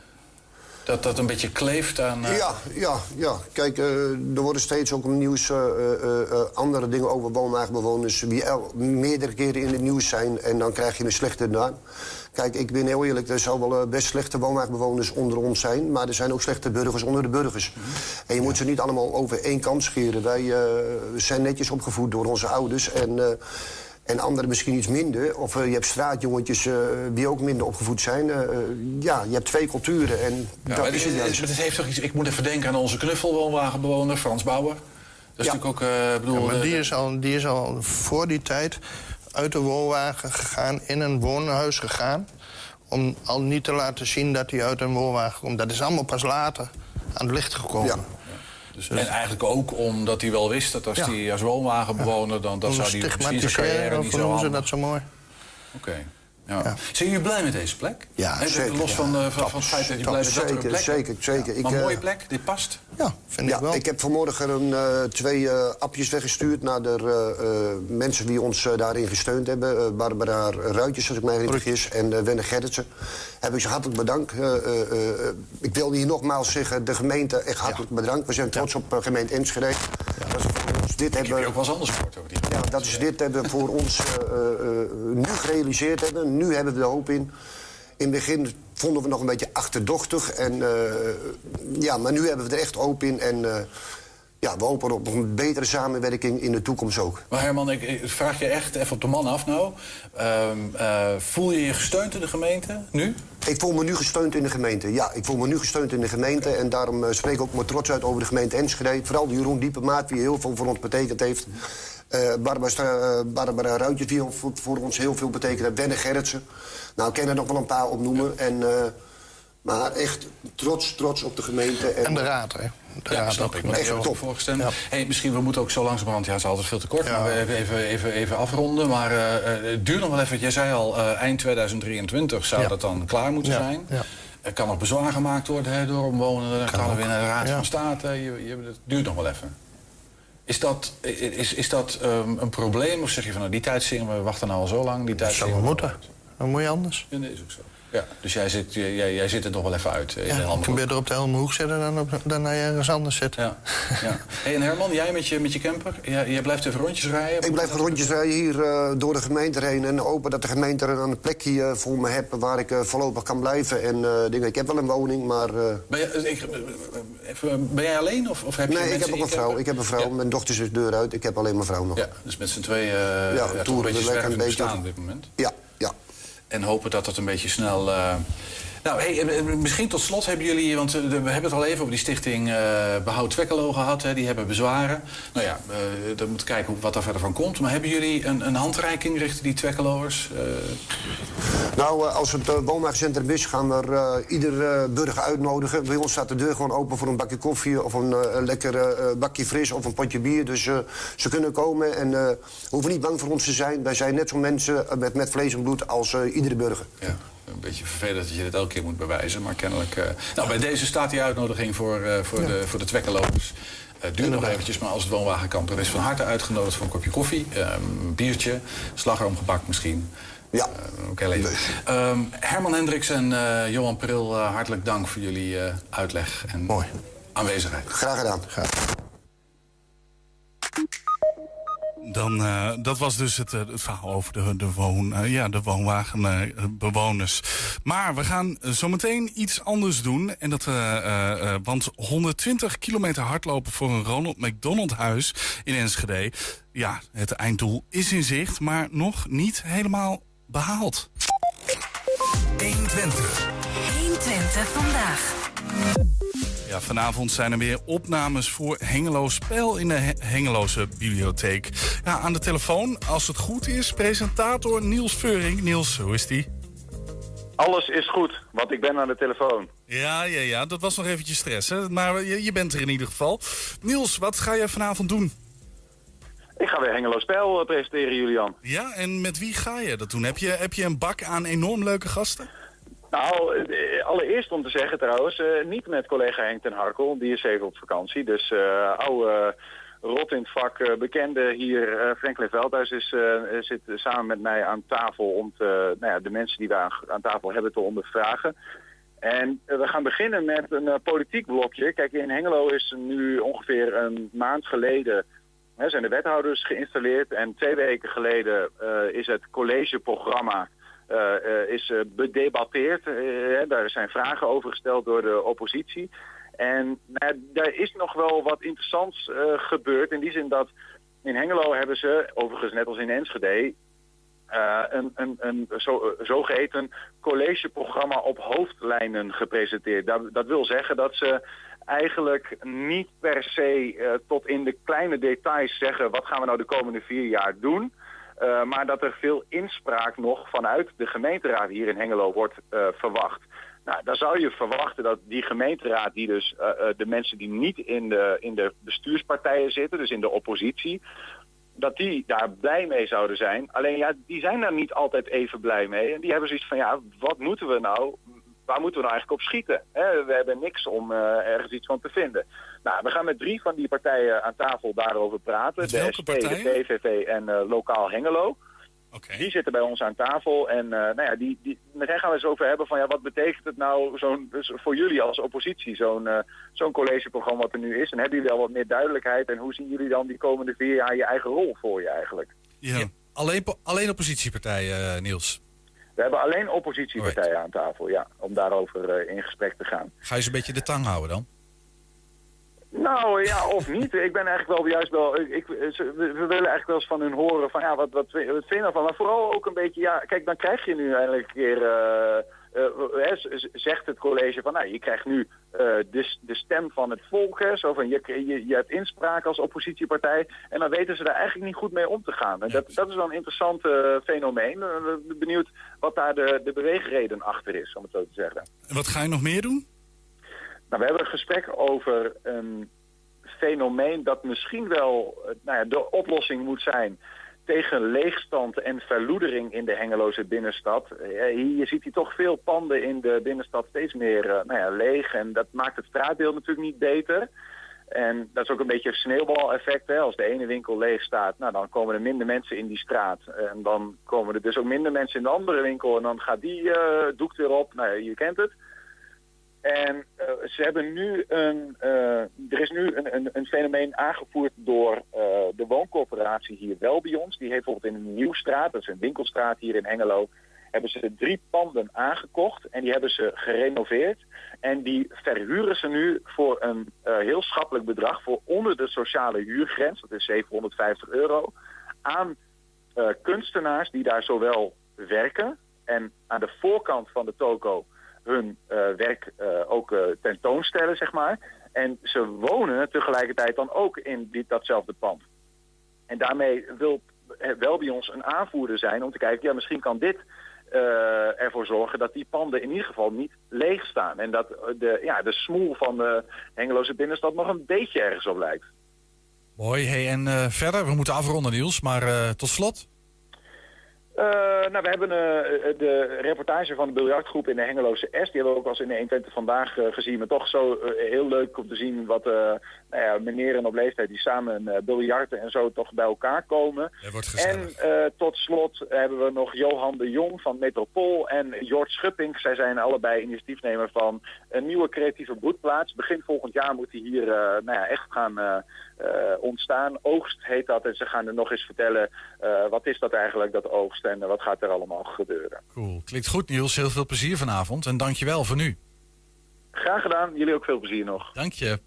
Dat dat een beetje kleeft aan... Uh... Ja, ja, ja. Kijk, uh, er worden steeds ook in nieuws uh, uh, uh, andere dingen over woonwagenbewoners die el- meerdere keren in het nieuws zijn en dan krijg je een slechte naam. Kijk, ik ben heel eerlijk, er zal wel best slechte woonwagenbewoners onder ons zijn, maar er zijn ook slechte burgers onder de burgers. Mm-hmm. En je moet ze niet allemaal over één kam scheren. Wij uh, zijn netjes opgevoed door onze ouders en, uh, en anderen misschien iets minder. Of uh, je hebt straatjongetjes uh, die ook minder opgevoed zijn. Uh, ja, je hebt twee culturen en ja, dat het, is het juist. Het heeft toch iets, ik moet even denken aan onze knuffelwoonwagenbewoner, Frans Bauer. Dat is ja. natuurlijk ook, uh, bedoel... Ja, maar die is, al, die is al voor die tijd uit de woonwagen gegaan, in een woonhuis gegaan, om al niet te laten zien dat hij uit een woonwagen komt. Dat is allemaal pas later aan het licht gekomen. Ja. Dus, en eigenlijk ook omdat hij wel wist dat als hij ja. als woonwagenbewoner, ja. dan, dan zou hij misschien zijn carrière niet zo noemen handig. ze dat zo mooi. Oké. Okay. Ja. Ja. Zijn jullie blij met deze plek? Ja, He, zeker. Los van, uh, van, van het feit dat je blij bent dat er een plek Zeker, zeker. Ja. Maar een mooie plek, dit past? Ja, vind ja, ik wel. Ik heb vanmorgen een, uh, twee uh, appjes weggestuurd naar de uh, uh, mensen die ons uh, daarin gesteund hebben. Uh, Barbara Ruitjes, als ik mij niet vergis, en uh, Wenne Gerritsen. Heb ik ze hartelijk bedankt. Uh, uh, uh, ik wil hier nogmaals zeggen, de gemeente echt hartelijk ja. bedankt. We zijn trots ja. op uh, gemeente Enschede. Ja. Dat is voor ons, dit ik hebben, heb je ook wel eens anders gehoord over die gemeente. Ja, dat is dit hebben we voor ons uh, uh, nu gerealiseerd hebben. Nu hebben we de hoop in. In het begin vonden we nog een beetje achterdochtig. En, uh, ja, maar nu hebben we er echt hoop in. En uh, ja, we hopen op een betere samenwerking in de toekomst ook. Maar Herman, ik, ik vraag je echt even op de man af nou. Uh, uh, voel je je gesteund in de gemeente nu? Ik voel me nu gesteund in de gemeente, ja. Ik voel me nu gesteund in de gemeente. En daarom uh, spreek ik ook met trots uit over de gemeente Enschede. Vooral Jeroen Diepemaat, die heel veel voor ons betekend heeft. Uh, Barbara, uh, Barbara Ruitjes, die voor, voor ons heel veel betekent heeft. Wenne Gerritsen. Nou, ik kan er nog wel een paar opnoemen. Ja. En, uh, maar echt trots, trots op de gemeente. En, en de raad, hè? De ja, raad snap ik. Maar echt top. Voorgestemd. Ja. Hey, misschien, we moeten ook zo langzamerhand, ja, het is altijd veel te kort, ja. maar we even, even, even afronden. Maar uh, het duurt nog wel even. Jij zei al, uh, eind tweeduizend drieëntwintig zou ja. dat dan klaar moeten ja. zijn. Ja. Er kan nog bezwaar gemaakt worden hè, door omwonenden. Dan gaan we weer naar de Raad ja. van State. Je, je, het duurt nog wel even. Is dat, is, is dat um, een probleem? Of zeg je van, nou, die tijd zingen we, we wachten nou al zo lang. Die tijd dat zou wel moeten. Dan moet je anders. Ja, dat is ook zo. Ja, dus jij zit, jij, jij zit er nog wel even uit. In ja, de ik kan beter op de Helmenhoek zitten dan, op, dan naar je ergens anders zitten. Ja, ja. Hey, en Herman, jij met je, met je camper, jij, jij blijft even rondjes rijden? Ik blijf rondjes rijden hier uh, door de gemeente heen. En hopen dat de gemeente er een plekje uh, voor me heeft waar ik uh, voorlopig kan blijven. En uh, dingen. Ik heb wel een woning, maar... Uh... Ben, je, ik, even, ben jij alleen? Of, of heb je nee, ik heb ook een vrouw. Ik heb een vrouw. Ja. Mijn dochter zit de deur uit. Ik heb alleen mijn vrouw nog. Ja, dus met z'n tweeën uh, ja, ja, toch een beetje zwervend bestaan op dit moment? Ja, ja. En hopen dat dat een beetje snel... Uh... Nou, hey, misschien tot slot hebben jullie... want we hebben het al even over die stichting uh, Behoud Twekkelo gehad. Hè, die hebben bezwaren. Nou ja, uh, dan moeten we kijken wat daar verder van komt. Maar hebben jullie een, een handreiking richting die Twekkeloers? Uh... Nou, uh, als het uh, woonwagencentrum is, gaan we uh, ieder uh, burger uitnodigen. Bij ons staat de deur gewoon open voor een bakje koffie... of een, uh, een lekker uh, bakje fris of een potje bier. Dus uh, ze kunnen komen en uh, hoeven niet bang voor ons te zijn. Wij zijn net zo'n mensen uh, met, met vlees en bloed als uh, iedere burger. Ja. Een beetje vervelend dat je dit elke keer moet bewijzen, maar kennelijk... Uh... Nou, bij deze staat die uitnodiging voor, uh, voor, ja. de, voor de Twekkelopers. Het uh, duurt nog eventjes, maar als het woonwagenkamp er is van harte uitgenodigd voor een kopje koffie, uh, een biertje, slagroomgebak misschien. Ja. Uh, Oké, okay, um, Herman Hendricks en uh, Johan Pril, uh, hartelijk dank voor jullie uh, uitleg en Mooi. aanwezigheid. Graag gedaan. Graag. Dan, uh, dat was dus het, uh, het verhaal over de, de, woon, uh, ja, de woonwagenbewoners. Uh, maar we gaan uh, zometeen iets anders doen. En dat, uh, uh, uh, want honderdtwintig kilometer hardlopen voor een Ronald McDonald huis in Enschede. Ja, het einddoel is in zicht, maar nog niet helemaal behaald. honderdtwintig. honderdtwintig vandaag. Ja, vanavond zijn er weer opnames voor Hengelo Spel in de Hengeloze bibliotheek. Ja, aan de telefoon, als het goed is, presentator Niels Veuring. Niels, hoe is die? Alles is goed, want ik ben aan de telefoon. Ja, ja, ja, dat was nog eventjes stress, hè? Maar je, je bent er in ieder geval. Niels, wat ga je vanavond doen? Ik ga weer Hengelo Spel presenteren, Julian. Ja, en met wie ga je dat doen? Heb je, heb je een bak aan enorm leuke gasten? Nou, allereerst om te zeggen trouwens, uh, niet met collega Henk ten Harkel, die is even op vakantie. Dus uh, oude rot in het vak, uh, bekende hier, uh, Franklin Veldhuis is, uh, zit samen met mij aan tafel om te, nou ja, de mensen die we aan, aan tafel hebben te ondervragen. En uh, we gaan beginnen met een uh, politiek blokje. Kijk, in Hengelo is nu ongeveer een maand geleden hè, zijn de wethouders geïnstalleerd. En twee weken geleden uh, is het collegeprogramma uh, uh, is uh, bedebatteerd. Uh, daar zijn vragen over gesteld door de oppositie. En nou, daar is nog wel wat interessants uh, gebeurd. In die zin dat in Hengelo hebben ze, overigens net als in Enschede, Uh, een, een, een zo, zogeheten collegeprogramma op hoofdlijnen gepresenteerd. Dat, dat wil zeggen dat ze eigenlijk niet per se uh, tot in de kleine details zeggen wat gaan we nou de komende vier jaar doen. Uh, maar dat er veel inspraak nog vanuit de gemeenteraad hier in Hengelo wordt uh, verwacht. Nou, dan zou je verwachten dat die gemeenteraad, die dus uh, uh, de mensen die niet in de, in de bestuurspartijen zitten, dus in de oppositie, dat die daar blij mee zouden zijn. Alleen ja, die zijn daar niet altijd even blij mee. En die hebben zoiets van, ja, wat moeten we nou, waar moeten we nou eigenlijk op schieten? He, we hebben niks om uh, ergens iets van te vinden. Nou, we gaan met drie van die partijen aan tafel daarover praten. Met de welke S P, partijen? de P V V en uh, Lokaal Hengelo. Okay. Die zitten bij ons aan tafel en uh, nou ja, die, die, met hen gaan we eens over hebben van ja, wat betekent het nou zo'n, dus voor jullie als oppositie, zo'n, uh, zo'n collegeprogramma wat er nu is. En hebben jullie al wat meer duidelijkheid en hoe zien jullie dan die komende vier jaar je eigen rol voor je eigenlijk? Ja. Ja. Alleen, alleen oppositiepartijen, uh, Niels? We hebben alleen oppositiepartijen right. aan tafel, ja, om daarover uh, in gesprek te gaan. Ga je ze een beetje de tang houden dan? Nou ja, of niet. Ik ben eigenlijk wel juist wel. Ik, we, we willen eigenlijk wel eens van hun horen van ja, wat, wat, wat vind je ervan? Maar vooral ook een beetje, ja, kijk, dan krijg je nu eindelijk een keer. Uh, uh, uh, zegt het college van nou, je krijgt nu uh, de, de stem van het volk. Hè, zo van, je, je, je hebt inspraak als oppositiepartij. En dan weten ze daar eigenlijk niet goed mee om te gaan. En dat, dat is wel een interessant uh, fenomeen. Uh, we zijn benieuwd wat daar de, de beweegreden achter is, om het zo te zeggen. En wat ga je nog meer doen? Nou, we hebben een gesprek over een fenomeen dat misschien wel nou ja, de oplossing moet zijn tegen leegstand en verloedering in de Hengeloze binnenstad. Je ziet hier toch veel panden in de binnenstad steeds meer uh, nou ja, leeg en dat maakt het straatbeeld natuurlijk niet beter. En dat is ook een beetje een sneeuwbaleffect. Hè? Als de ene winkel leeg staat, nou, dan komen er minder mensen in die straat. En dan komen er dus ook minder mensen in de andere winkel en dan gaat die uh, doekt weer op. Nou, je kent het. En uh, ze hebben nu een, uh, er is nu een, een, een fenomeen aangevoerd door uh, de wooncorporatie hier wel bij ons. Die heeft bijvoorbeeld in een Nieuwstraat, dat is een winkelstraat hier in Hengelo, hebben ze drie panden aangekocht en die hebben ze gerenoveerd. En die verhuren ze nu voor een uh, heel schappelijk bedrag, voor onder de sociale huurgrens, dat is zevenhonderdvijftig euro, aan uh, kunstenaars die daar zowel werken en aan de voorkant van de toko hun uh, werk uh, ook uh, tentoonstellen, zeg maar. En ze wonen tegelijkertijd dan ook in die, datzelfde pand. En daarmee wil wel bij ons een aanvoerder zijn om te kijken, ja, misschien kan dit uh, ervoor zorgen dat die panden in ieder geval niet leeg staan. En dat de, ja, de smoel van de Hengeloze binnenstad nog een beetje ergens op lijkt. Mooi. Hey, en uh, verder, we moeten afronden, Niels, maar uh, tot slot. Uh, nou, we hebben uh, de reportage van de biljartgroep in de Hengeloze S. Die hebben we ook als in de honderdtwintig vandaag uh, gezien. Maar toch zo uh, heel leuk om te zien wat uh, nou ja, meneren op leeftijd die samen uh, biljarten en zo toch bij elkaar komen. En uh, tot slot hebben we nog Johan de Jong van Metropool en Jort Schuppink. Zij zijn allebei initiatiefnemer van een nieuwe creatieve broedplaats. Begin volgend jaar moet die hier uh, nou ja, echt gaan uh, uh, ontstaan. Oogst heet dat en ze gaan er nog eens vertellen uh, wat is dat eigenlijk, dat oogst. En wat gaat er allemaal gebeuren. Cool. Klinkt goed, Niels. Heel veel plezier vanavond. En dank je wel voor nu. Graag gedaan. Jullie ook veel plezier nog. Dank je.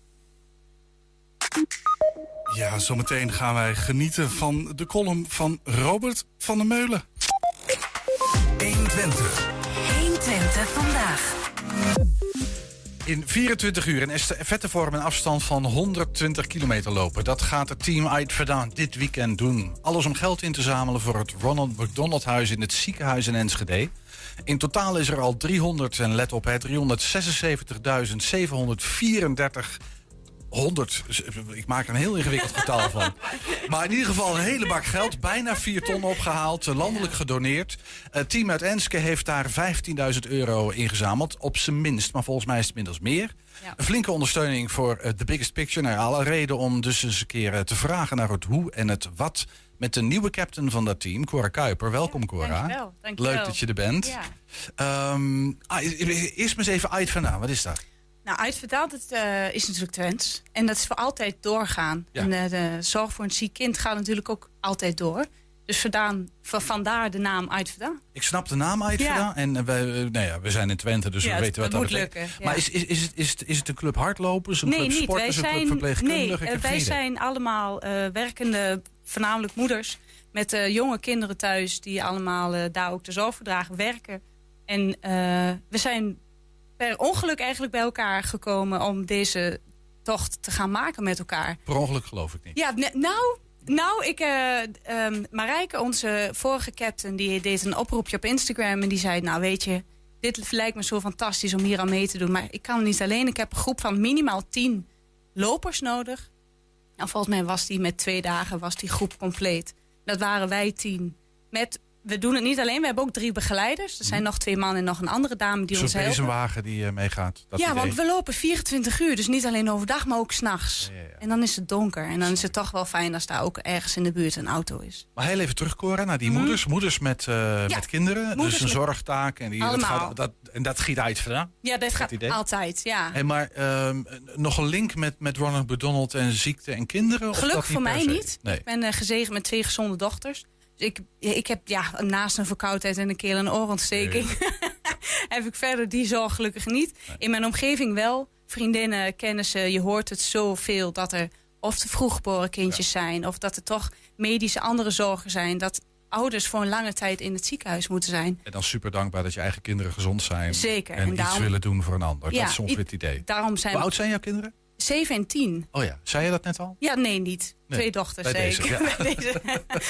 Ja, zometeen gaan wij genieten van de column van Robert van der Meulen. honderdtwintig. honderdtwintig vandaag. In vierentwintig uur een estafettevorm en afstand van honderdtwintig kilometer lopen. Dat gaat het team Ait Verdaan dit weekend doen. Alles om geld in te zamelen voor het Ronald McDonald Huis in het ziekenhuis in Enschede. In totaal is er al driehonderd, en let op, driehonderdzesenzeventigduizend zevenhonderdvierendertig... honderd, ik maak er een heel ingewikkeld getal van. Maar in ieder geval een hele bak geld, bijna vier ton opgehaald, landelijk gedoneerd. Het team uit Enske heeft daar vijftienduizend euro ingezameld, op zijn minst. Maar volgens mij is het inmiddels meer. Ja. Een flinke ondersteuning voor uh, The Biggest Picture. Nou, alle reden om dus eens een keer uh, te vragen naar het hoe en het wat met de nieuwe captain van dat team, Cora Kuiper. Welkom, Cora. Ja, dankjewel, dankjewel. Leuk dat je er bent. Ja. Um, ah, eerst maar eens even Ait Verdaan, wat is dat? Nou, uitvertaald het, uh, is natuurlijk Twents. En dat is voor altijd doorgaan. Ja. En uh, de zorg voor een ziek kind gaat natuurlijk ook altijd door. Dus vandaan, v- vandaar de naam Uitveda. Ik snap de naam Uitveda. Ja. En uh, we, uh, nou ja, we zijn in Twente, dus Ja, we het- weten wat het dat moet betekent. lukken, ja. Maar is, is, is, het, is, het, is het een club hardlopers, een Nee, club niet. Wij sporters, een club zijn, verpleegkundigen? nee, Ik heb eh, wij geen idee. zijn allemaal uh, werkende, voornamelijk moeders... met uh, jonge kinderen thuis die allemaal uh, daar ook de zorg voor dragen, werken. En uh, we zijn per ongeluk eigenlijk bij elkaar gekomen... om deze tocht te gaan maken met elkaar. Per ongeluk geloof ik niet. Ja, ne- nou... Nou, ik, uh, um, Marijke, onze vorige captain, die deed een oproepje op Instagram... en die zei, nou weet je, dit lijkt me zo fantastisch om hier aan mee te doen... maar ik kan het niet alleen. Ik heb een groep van minimaal tien lopers nodig. En volgens mij was die met twee dagen was die groep compleet. Dat waren wij tien. Met, we doen het niet alleen, we hebben ook drie begeleiders. Er zijn nog twee mannen en nog een andere dame die Een ons soort helpen. bezemwagen die uh, meegaat. Dat Ja, idee. want we lopen vierentwintig uur. Dus niet alleen overdag, maar ook 's nachts. Ja, ja, ja. En dan is het donker. En dan is het toch wel fijn als daar ook ergens in de buurt een auto is. Maar heel even terug, Cora, naar die moeders. Moeders met, uh, met kinderen. moeders dus een met- zorgtaak. En, die, dat Allemaal. gaat, dat, en dat giet uit vandaan. Ja, dat gaat idee. altijd, ja. Hey, maar um, nog een link met, met Ronald McDonald en ziekte en kinderen? Of Gelukkig dat voor per mij se? niet. Nee. Ik ben uh, gezegend met twee gezonde dochters. Dus ik, ik heb ja, naast een verkoudheid en een keel- en oorontsteking... heb ik verder die zorg gelukkig niet. Nee. In mijn omgeving wel. Vriendinnen, kennissen, je hoort het zoveel... dat er of te vroeggeboren kindjes ja. zijn... of dat er toch medische andere zorgen zijn... dat ouders voor een lange tijd in het ziekenhuis moeten zijn. En dan super dankbaar dat je eigen kinderen gezond zijn. Zeker. En, En iets daarom- willen doen voor een ander. Ja, dat is ongeveer i- het idee. Daarom zijn Hoe oud zijn jouw kinderen? zeven en tien. Oh ja, zei je dat net al? Ja, nee, niet. Nee, Twee dochters, bij zei deze, ik. ja. Bij deze.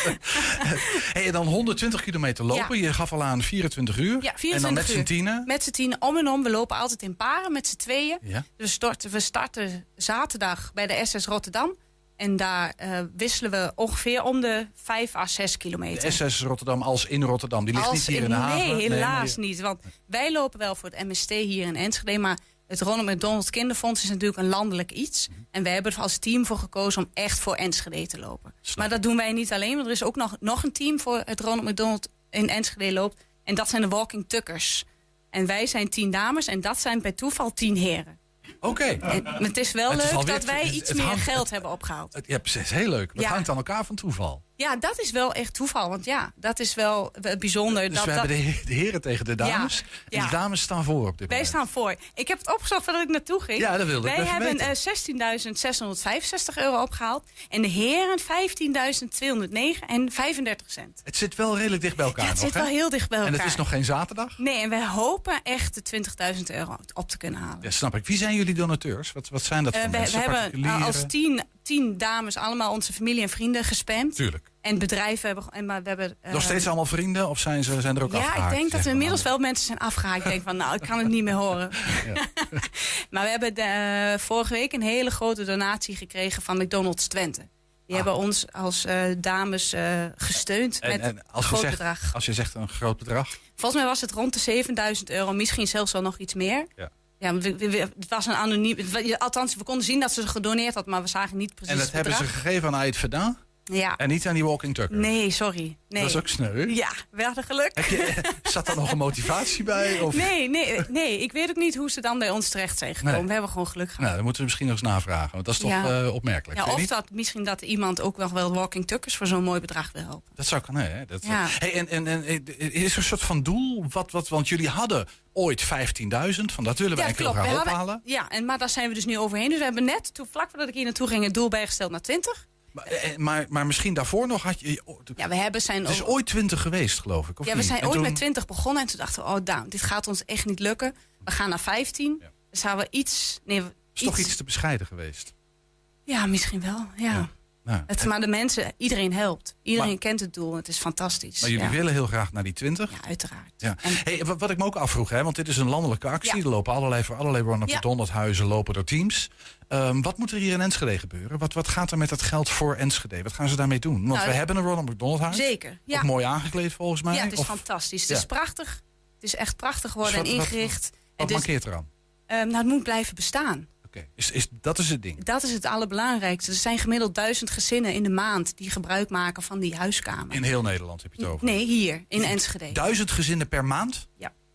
Hey, en dan honderdtwintig kilometer lopen. Ja. Je gaf al aan vierentwintig uur. Ja, vierentwintig en dan met uur. z'n tienen. Met z'n tienen, om en om. We lopen altijd in paren met z'n tweeën. Ja. Dus we starten, we starten zaterdag bij de S S Rotterdam. En daar uh, wisselen we ongeveer om de vijf à zes kilometer. De S S Rotterdam als in Rotterdam. Die ligt Als niet hier in, in- de haven. Nee, helaas maar je- niet. Want wij lopen wel voor het M S T hier in Enschede. Maar het Ronald McDonald Kinderfonds is natuurlijk een landelijk iets. Mhm. En wij hebben er als team voor gekozen om echt voor Enschede te lopen. Snap Maar dat doen wij niet alleen. Want er is ook nog, nog een team voor het Ronald McDonald in Enschede loopt. En dat zijn de Walking Tuckers. En wij zijn tien dames en dat zijn bij toeval tien heren. Oké. En het is wel Het is leuk alweer- dat wij het- iets het meer hangt- geld hebben opgehaald. Ja, precies. Heel leuk. Dat Ja. hangt aan elkaar van toeval. Ja, dat is wel echt toeval. Want ja, dat is wel eh, bijzonder. Dus dat, we dat... hebben de, he- de heren tegen de dames. Ja, En ja. de dames staan voor op dit Wij moment. staan voor. Ik heb het opgezocht voordat ik naartoe ging. Ja, dat wilde ik Wij even hebben weten. uh, zestienduizend zeshonderdvijfenzestig euro opgehaald. En de heren vijftienduizend tweehonderdnegen en vijfendertig cent. Het zit wel redelijk dicht bij elkaar Ja, het nog, zit hè? wel heel dicht bij elkaar. En het is nog geen zaterdag? Nee, en wij hopen echt de twintigduizend euro op te kunnen halen. Ja, snap ik. Wie zijn jullie donateurs? Wat, wat zijn dat Uh, voor we, we mensen? hebben uh, Particulieren? als tien, tien dames allemaal onze familie en vrienden gespamd. Tuurlijk. En bedrijven hebben... En, maar we hebben uh, Nog steeds allemaal vrienden? Of zijn, ze, zijn er ook ja, afgehaakt? ik denk dat zeg er maar? inmiddels wel mensen zijn afgehaakt. Ik denk van, nou, ik kan het niet meer horen. Maar we hebben de, uh, vorige week een hele grote donatie gekregen van McDonald's Twente. Die Ah. hebben ons als uh, dames uh, gesteund En, met en een als, je groot zegt, bedrag. als je zegt een groot bedrag. Volgens mij was het rond de zevenduizend euro, misschien zelfs wel nog iets meer. Ja. Ja, we, we, we- het was een anoniem... het wa- Althans, we konden zien dat ze gedoneerd had, maar we zagen niet precies En dat het hebben ze bedrag. gegeven aan Ait Verdaan. Ja. En niet aan die Walking Tucker. Nee, sorry. Nee. Dat is ook sneu. Ja, we hadden geluk. Heb je, zat er nog een motivatie bij? Of? Nee, nee, nee, ik weet ook niet hoe ze dan bij ons terecht zijn gekomen. Nee. We hebben gewoon geluk gehad. Nou, dan moeten we misschien nog eens navragen. Want dat is toch Ja. uh, opmerkelijk. Ja, vind je of niet? dat misschien dat iemand ook nog wel Walking Tuckers voor zo'n mooi bedrag wil helpen. Dat zou kunnen, hè? Dat, Ja. hey, en, en, en is er een soort van doel? Wat, wat, want jullie hadden ooit vijftienduizend. Van dat willen we Ja, enkele klopt. graag We hadden- ophalen. Ja, en, maar daar zijn we dus nu overheen. Dus we hebben net, toen, vlak voordat ik hier naartoe ging, het doel bijgesteld naar twintig. Maar, eh, maar, maar misschien daarvoor nog had je... oh, Ja, we hebben zijn het is ook- ooit twintig geweest, geloof ik. Of ja, we niet? zijn En ooit toen- met twintig begonnen en toen dachten we, oh, nou, dit gaat ons echt niet lukken. We gaan naar vijftien. Ja. Dus gaan we iets... Nee, Het is toch iets te bescheiden geweest. Ja, misschien wel, ja. Nou, Het, maar de mensen, iedereen helpt. Iedereen Maar- kent het doel. Het is fantastisch. maar jullie ja. willen heel graag naar die twintig. Ja, uiteraard. Ja. Hey, wat, wat ik me ook afvroeg, hè, want dit is een landelijke actie. Ja. Er lopen allerlei, voor allerlei Ronald Ja. McDonald huizen lopen er teams. Um, wat moet er hier in Enschede gebeuren? Wat, wat gaat er met dat geld voor Enschede? Wat gaan ze daarmee doen? Want Nou, we hebben een Ronald McDonald huis. Zeker, ja. Ook mooi aangekleed volgens mij. Ja, het is Of- fantastisch. Het Ja. is prachtig. Het is echt prachtig geworden Dus en wat- wat- ingericht. Wat En dus, mankeert eraan? ehm, nou, het moet blijven bestaan. Oké, is, is, dat is het ding. Dat is het allerbelangrijkste. Er zijn gemiddeld duizend gezinnen in de maand die gebruik maken van die huisker. In heel Nederland heb je het over. Nee, hier in Enschede. Duizend gezinnen per maand? Ja.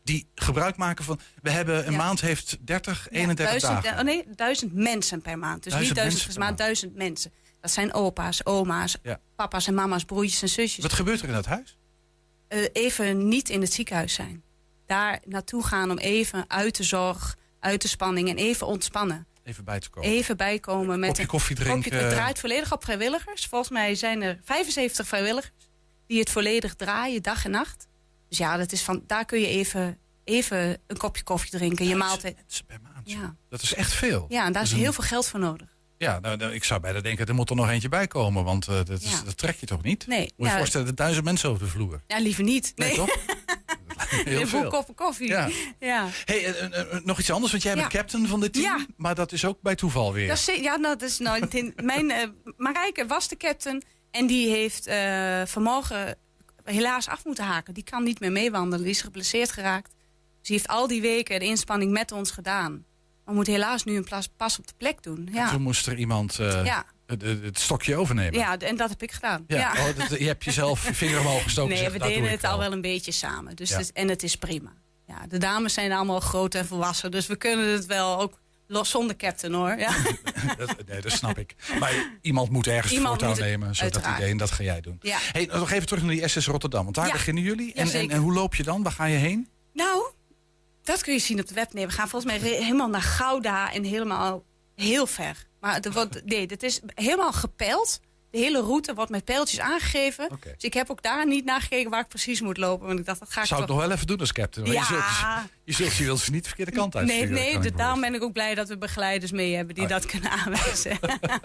die gebruik maken van... We hebben een Ja. maand heeft dertig, Ja, eenendertig duizend, dagen. oh nee, duizend mensen per maand. Dus Duizend niet duizend mensen mensen, per maar maand. duizend mensen. Dat zijn opa's, oma's, Ja. papa's en mama's, broertjes en zusjes. Wat gebeurt er in dat huis? Uh, even niet in het ziekenhuis zijn. Daar naartoe gaan om even uit de zorg, uit de spanning en even ontspannen. Even bij te komen. Even bijkomen met Kopje een koffie drinken. kopje- het draait volledig op vrijwilligers. Volgens mij zijn er vijfenzeventig vrijwilligers die het volledig draaien, dag en nacht. Dus ja, dat is van, daar kun je even, even een kopje koffie drinken. Je maaltijd. Ja. Dat is echt veel. Ja, en daar is Dus een- heel veel geld voor nodig. Ja, nou, nou, ik zou bijna denken, er moet er nog eentje bij komen. Want uh, dat, is, Ja. dat trek je toch niet? Nee, Moet je ja. je voorstellen, er duizend mensen over de vloer. Ja, liever niet. Nee, Nee, toch? Heel Een veel. boel koppen koffie. Ja. Ja. Hey, uh, uh, uh, nog iets anders, want jij Ja. bent captain van dit team. Ja. Maar dat is ook bij toeval weer. Dat is, ja, nou, dat is, nou, tin- mijn, uh, Marijke was de captain en die heeft uh, vanmorgen helaas af moeten haken. Die kan niet meer meewandelen, die is geblesseerd geraakt. Dus die heeft al die weken de inspanning met ons gedaan. Maar moet helaas nu een plas, pas op de plek doen. Ja, Toen moest er iemand uh, Ja. het, het stokje overnemen. ja en dat heb ik gedaan. Ja. Ja. Oh, dat, je hebt jezelf je vinger omhoog gestoken. en Nee, gezegd, we dat doe deden ik het al wel een beetje samen. Dus Ja. het, en het is prima. Ja, de dames zijn allemaal groot en volwassen. Dus we kunnen het wel ook los zonder captain, hoor. Ja. dat, nee, dat snap ik. Maar iemand moet ergens Iemand voortouw moet het- nemen. Zodat uiteraard. iedereen, dat ga jij doen. Ja. Hey, nog even terug naar die S S Rotterdam. Want daar Ja. beginnen jullie. En, en, Jazeker. en hoe loop je dan? Waar ga je heen? Nou, dat kun je zien op de web. Nee, we gaan volgens mij re- helemaal naar Gouda en helemaal heel ver. Maar het wordt, nee, het is helemaal gepeild. De hele route wordt met pijltjes aangegeven. Oké. Dus ik heb ook daar niet naar gekeken waar ik precies moet lopen. Want ik dacht, dat ga ik Zou ik toch... nog wel even doen als captain. Maar Ja. Je zult, je zult je wil ze niet de verkeerde kant uit. Nee, nee dus daarom ben ik ook blij dat we begeleiders mee hebben die Oh, ja. dat kunnen aanwijzen.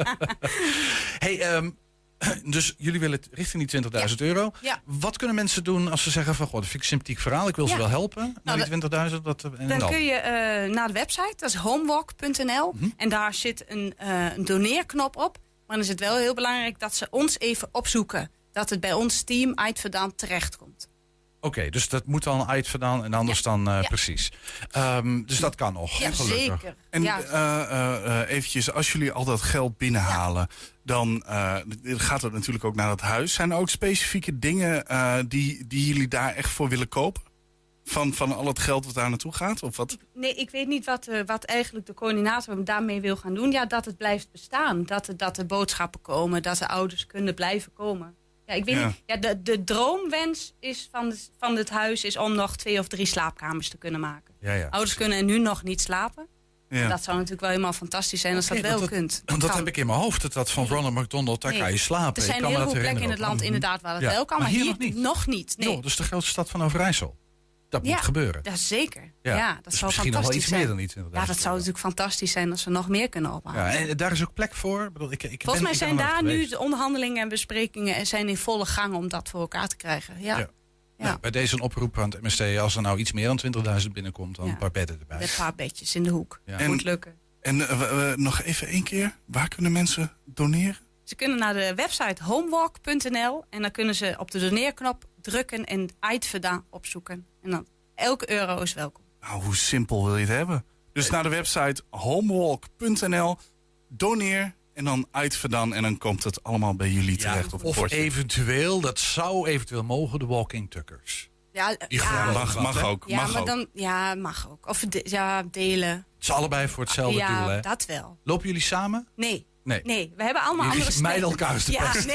Hey, um, dus jullie willen het richting die twintigduizend euro. Ja. Wat kunnen mensen doen als ze zeggen van... Goh, dat vind ik een sympathiek verhaal, ik wil ze Ja. wel helpen. Nou, naar die dat- twintigduizend, dat, en dan? Dan kun je uh, naar de website, dat is homewalk punt n l. Mhm. En daar zit een, uh, een doneerknop op. Maar dan is het wel heel belangrijk dat ze ons even opzoeken. Dat het bij ons team uit Verdam terechtkomt. Oké, okay, dus dat moet dan uit vandaan en anders dan uh, Ja. precies. Um, dus dat kan nog. Ja, gelukkig. zeker. En Ja. uh, uh, uh, eventjes, als jullie al dat geld binnenhalen... dan uh, gaat het natuurlijk ook naar het huis. Zijn er ook specifieke dingen uh, die, die jullie daar echt voor willen kopen? Van, van al het geld wat daar naartoe gaat? Of wat? Nee, ik weet niet wat, uh, wat eigenlijk de coördinator daarmee wil gaan doen. Ja, dat het blijft bestaan. Dat er, dat er boodschappen komen, dat de ouders kunnen blijven komen. Ja, ik weet Ja. niet. Ja, de, de droomwens is van, de, van het huis is om nog twee of drie slaapkamers te kunnen maken. Ja, ja, Ouders kunnen er nu nog niet slapen. Ja. Dat zou natuurlijk wel helemaal fantastisch zijn als Oké, dat wel want kunt. Want dat kan. heb ik in mijn hoofd, dat, dat van Ronald McDonald, daar Nee. kan je slapen. Er zijn Ik kan me heel dat veel plekken in herinneren het land ook. inderdaad waar het Ja. wel kan. Maar Maar hier hier nog niet? nog niet. Nee. Jo, dat is de grootste stad van Overijssel. Dat ja, moet gebeuren. Dat is zeker. Ja. Ja, dat Dus zou misschien nog wel fantastisch iets zijn. meer dan die twintigduizend Ja, dat zou natuurlijk fantastisch zijn als we nog meer kunnen ophalen. Ja, en daar is ook plek voor. Ik bedoel, ik, ik Volgens ben, mij ik zijn ben er daar nooit nu geweest. de onderhandelingen en besprekingen en zijn in volle gang om dat voor elkaar te krijgen. Ja, Ja. ja. Nou, bij deze een oproep aan het M S T. Als er nou iets meer dan twintigduizend binnenkomt, dan Ja. een paar bedden erbij. Met een paar bedjes in de hoek. Ja. Dat moet lukken. En uh, uh, nog even één keer, waar kunnen mensen doneren? Ze kunnen naar de website homewalk punt n l en dan kunnen ze op de doneerknop drukken en Aitveda opzoeken. En dan elke euro is welkom. Nou, hoe simpel wil je het hebben? Dus naar de website homewalk punt n l, doneer en dan uitverdaan en dan komt het allemaal bij jullie terecht. op het of bordje. eventueel, dat zou eventueel mogen, de Walking Tuckers. Ja, Die ja, gewoon mag, wat, mag hè? ook. ja, mag maar ook. dan ja, mag ook. Of de, ja, delen. Het is allebei voor hetzelfde ja, doel, hè? dat wel. Lopen jullie samen? Nee. Nee. Nee, we hebben allemaal Jullie andere mijden steden. elkaar te Ja, pesten.